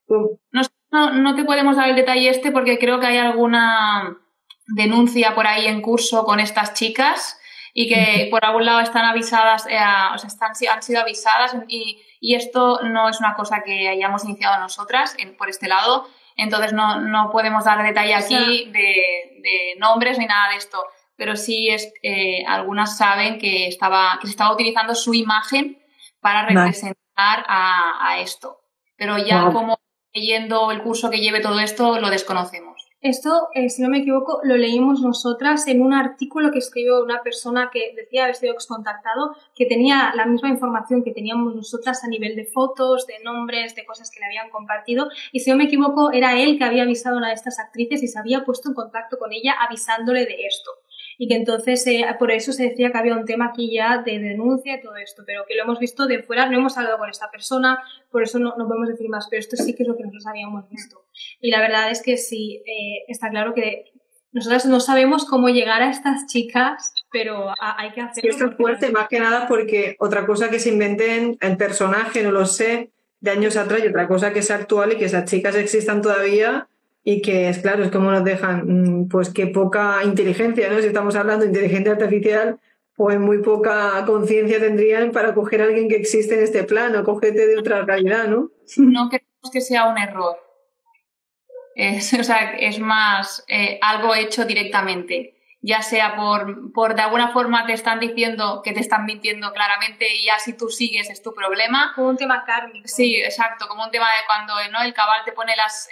No te podemos dar el detalle porque creo que hay alguna denuncia por ahí en curso con estas chicas y que por algún lado están avisadas, han sido avisadas y esto no es una cosa que hayamos iniciado nosotras por este lado, entonces no podemos dar detalle aquí de nombres ni nada de esto, pero sí algunas saben que se estaba utilizando su imagen para representar a esto, pero ya como leyendo el curso que lleve todo esto lo desconocemos. Esto, si no me equivoco, lo leímos nosotras en un artículo que escribió una persona que decía haber sido excontactado, que tenía la misma información que teníamos nosotras a nivel de fotos, de nombres, de cosas que le habían compartido. Y si no me equivoco, era él que había avisado a una de estas actrices y se había puesto en contacto con ella avisándole de esto. Y que entonces por eso se decía que había un tema aquí ya de denuncia y todo esto, pero que lo hemos visto de fuera, no hemos hablado con esta persona, por eso no podemos decir más, pero esto sí que es lo que nosotros habíamos visto. Y la verdad es que sí, está claro que nosotras no sabemos cómo llegar a estas chicas, pero hay que hacerlo. Sí, esto es fuerte, más que nada porque otra cosa que se inventen el personaje, no lo sé, de años atrás, y otra cosa que sea actual y que esas chicas existan todavía y que es claro, es como nos dejan, pues qué poca inteligencia, ¿no? Si estamos hablando de inteligencia artificial, pues muy poca conciencia tendrían para coger a alguien que existe en este plano, cógete de otra realidad, ¿no? No queremos que sea un error. O sea, es más algo hecho directamente. Ya sea por de alguna forma te están diciendo que te están mintiendo claramente y ya si tú sigues es tu problema. Como un tema kármico. Sí, exacto, como un tema de cuando, ¿no?, el cabal te pone las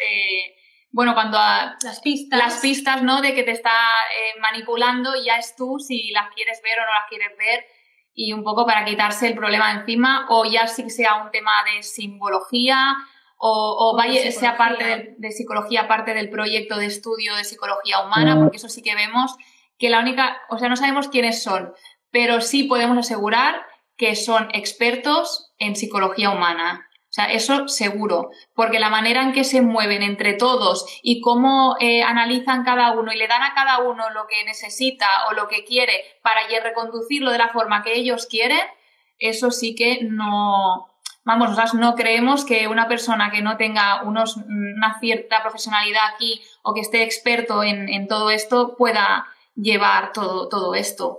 pistas, ¿no?, de que te está manipulando, y ya es tú si las quieres ver o no las quieres ver, y un poco para quitarse el problema de encima, o ya sí que sea un tema de simbología o vaya, sea parte de psicología, parte del proyecto de estudio de psicología humana, porque eso sí que vemos que no sabemos quiénes son, pero sí podemos asegurar que son expertos en psicología humana. O sea, eso seguro, porque la manera en que se mueven entre todos y cómo analizan cada uno y le dan a cada uno lo que necesita o lo que quiere para reconducirlo de la forma que ellos quieren, eso sí que no... Vamos, nosotras no creemos que una persona que no tenga una cierta profesionalidad aquí o que esté experto en todo esto pueda llevar todo esto.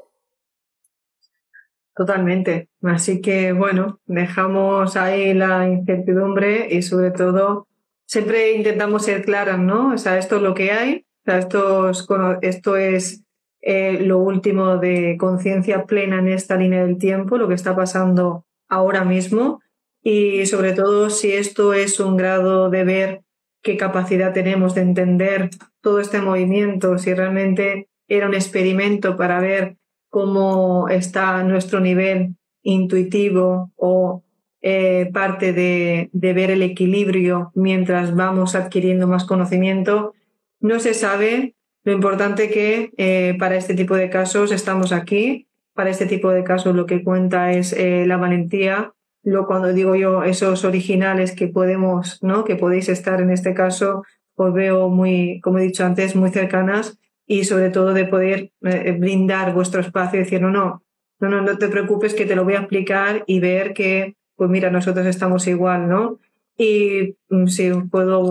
Totalmente. Así que, bueno, dejamos ahí la incertidumbre y sobre todo siempre intentamos ser claras, ¿no? O sea, esto es lo que hay, o sea, esto es lo último de conciencia plena en esta línea del tiempo, lo que está pasando ahora mismo, y sobre todo si esto es un grado de ver qué capacidad tenemos de entender todo este movimiento, si realmente era un experimento para ver cómo está nuestro nivel intuitivo o parte de ver el equilibrio mientras vamos adquiriendo más conocimiento, no se sabe. Lo importante que para este tipo de casos estamos aquí, para este tipo de casos lo que cuenta es la valentía. Cuando digo yo esos originales que podemos, ¿no?, que podéis estar en este caso, os veo muy, como he dicho antes, muy cercanas, y sobre todo de poder brindar vuestro espacio y decir no te preocupes, que te lo voy a explicar y ver que, pues mira, nosotros estamos igual, ¿no? Y si os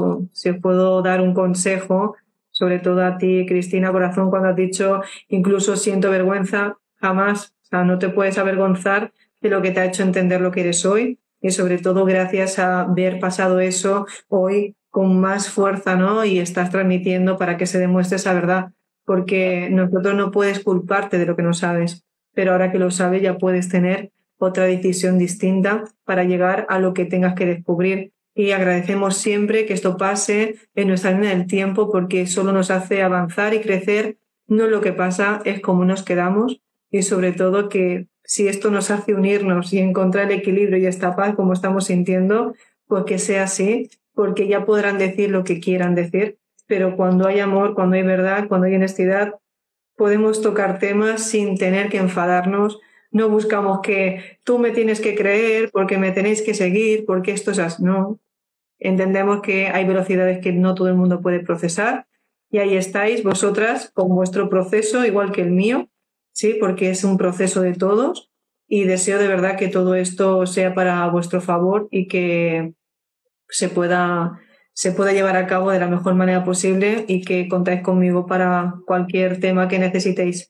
puedo dar un consejo, sobre todo a ti, Cristina, corazón, cuando has dicho incluso siento vergüenza, jamás, o sea, no te puedes avergonzar de lo que te ha hecho entender lo que eres hoy, y sobre todo gracias a haber pasado eso hoy con más fuerza, ¿no? Y estás transmitiendo para que se demuestre esa verdad, porque nosotros no puedes culparte de lo que no sabes, pero ahora que lo sabes ya puedes tener otra decisión distinta para llegar a lo que tengas que descubrir. Y agradecemos siempre que esto pase en nuestra línea del tiempo, porque solo nos hace avanzar y crecer. No lo que pasa es cómo nos quedamos, y sobre todo que si esto nos hace unirnos y encontrar el equilibrio y esta paz como estamos sintiendo, pues que sea así, porque ya podrán decir lo que quieran decir, pero cuando hay amor, cuando hay verdad, cuando hay honestidad, podemos tocar temas sin tener que enfadarnos. No buscamos que tú me tienes que creer, porque me tenéis que seguir, porque esto es así. No. Entendemos que hay velocidades que no todo el mundo puede procesar, y ahí estáis vosotras con vuestro proceso, igual que el mío, sí, porque es un proceso de todos, y deseo de verdad que todo esto sea para vuestro favor y que se pueda llevar a cabo de la mejor manera posible, y que contáis conmigo para cualquier tema que necesitéis.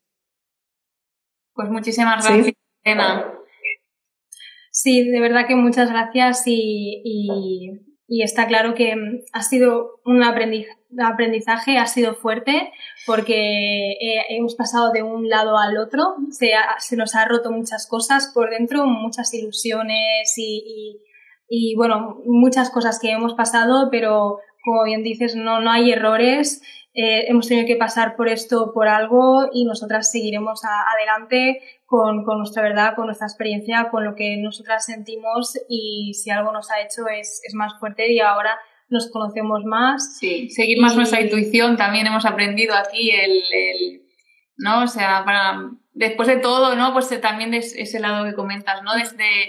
Pues muchísimas gracias, Elena. Sí, de verdad que muchas gracias, y está claro que ha sido un aprendizaje, ha sido fuerte, porque hemos pasado de un lado al otro, se nos ha roto muchas cosas por dentro, muchas ilusiones y bueno, muchas cosas que hemos pasado, pero como bien dices, no hay errores. hemos tenido que pasar por esto por algo y nosotras seguiremos adelante con nuestra verdad, con nuestra experiencia, con lo que nosotras sentimos, y si algo nos ha hecho es más fuerte y ahora nos conocemos más. Sí, seguir más nuestra intuición, también hemos aprendido aquí ¿no? O sea, después de todo, ¿no? Pues también es ese lado que comentas, ¿no?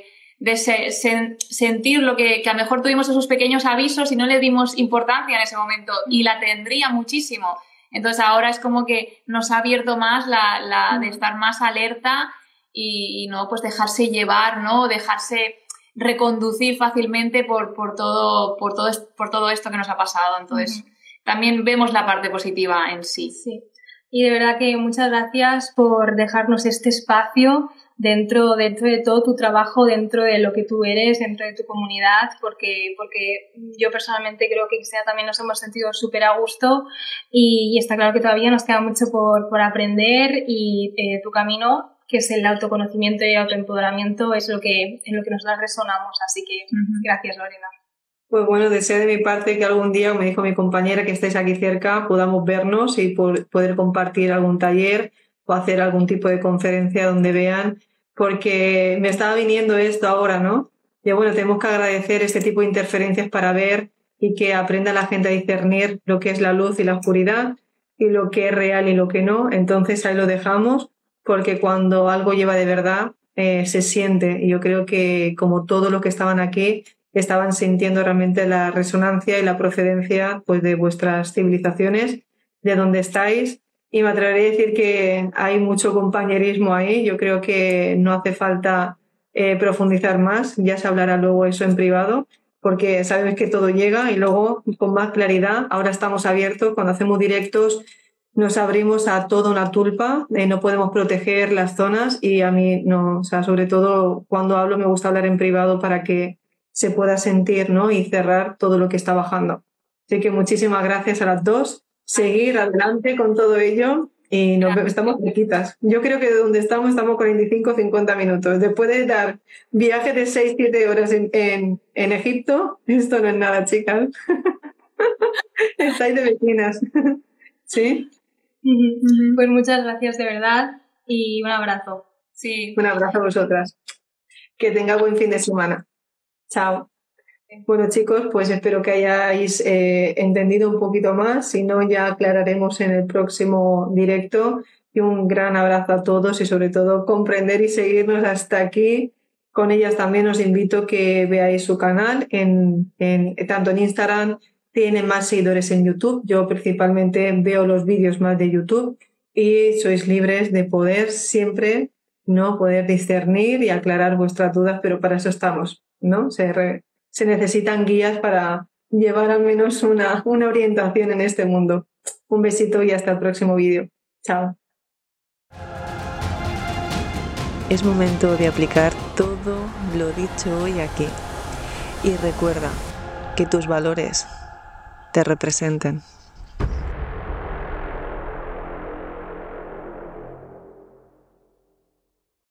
Sentir lo que a lo mejor tuvimos esos pequeños avisos y no le dimos importancia en ese momento, y la tendría muchísimo. Entonces ahora es como que nos ha abierto más la de estar más alerta y no pues dejarse llevar, ¿no? Dejarse reconducir fácilmente por todo esto que nos ha pasado. Entonces también vemos la parte positiva en sí. Sí. Y de verdad que muchas gracias por dejarnos este espacio dentro de todo tu trabajo, dentro de lo que tú eres, dentro de tu comunidad, porque yo personalmente creo que también nos hemos sentido súper a gusto, y está claro que todavía nos queda mucho por aprender, y tu camino, que es el autoconocimiento y autoempoderamiento, es lo que nosotros resonamos. Así que gracias, Lorena. Pues bueno, deseo de mi parte que algún día, como me dijo mi compañera, que estéis aquí cerca, podamos vernos y poder compartir algún taller o hacer algún tipo de conferencia donde vean, porque me estaba viniendo esto ahora, ¿no? Y bueno, tenemos que agradecer este tipo de interferencias para ver y que aprenda la gente a discernir lo que es la luz y la oscuridad y lo que es real y lo que no. Entonces ahí lo dejamos, porque cuando algo lleva de verdad se siente, y yo creo que como todos los que estaban aquí estaban sintiendo realmente la resonancia y la procedencia pues de vuestras civilizaciones, de donde estáis. Y me atrevería a decir que hay mucho compañerismo ahí. Yo creo que no hace falta profundizar más, ya se hablará luego eso en privado, porque sabes que todo llega, y luego con más claridad. Ahora estamos abiertos, cuando hacemos directos nos abrimos a toda una tulpa, no podemos proteger las zonas, y a mí no, o sea, sobre todo cuando hablo me gusta hablar en privado para que se pueda sentir, ¿no? Y cerrar todo lo que está bajando. Así que muchísimas gracias a las dos. Seguir adelante con todo ello, y estamos cerquitas. Yo creo que de donde estamos 45 o 50 minutos. Después de dar viaje de 6-7 horas en Egipto, esto no es nada, chicas. Estáis de vecinas. ¿Sí? Pues muchas gracias de verdad, y un abrazo. Sí. Un abrazo a vosotras. Que tenga buen fin de semana. Chao. Bueno, chicos, pues espero que hayáis entendido un poquito más. Si no, ya aclararemos en el próximo directo. Y un gran abrazo a todos, y sobre todo comprender y seguirnos hasta aquí. Con ellas también os invito a que veáis su canal, tanto en Instagram, tiene más seguidores en YouTube. Yo principalmente veo los vídeos más de YouTube, y sois libres de poder siempre, ¿no? Poder discernir y aclarar vuestras dudas, pero para eso estamos, ¿no? Se necesitan guías para llevar al menos una orientación en este mundo. Un besito y hasta el próximo vídeo. Chao. Es momento de aplicar todo lo dicho hoy aquí. Y recuerda que tus valores te representen.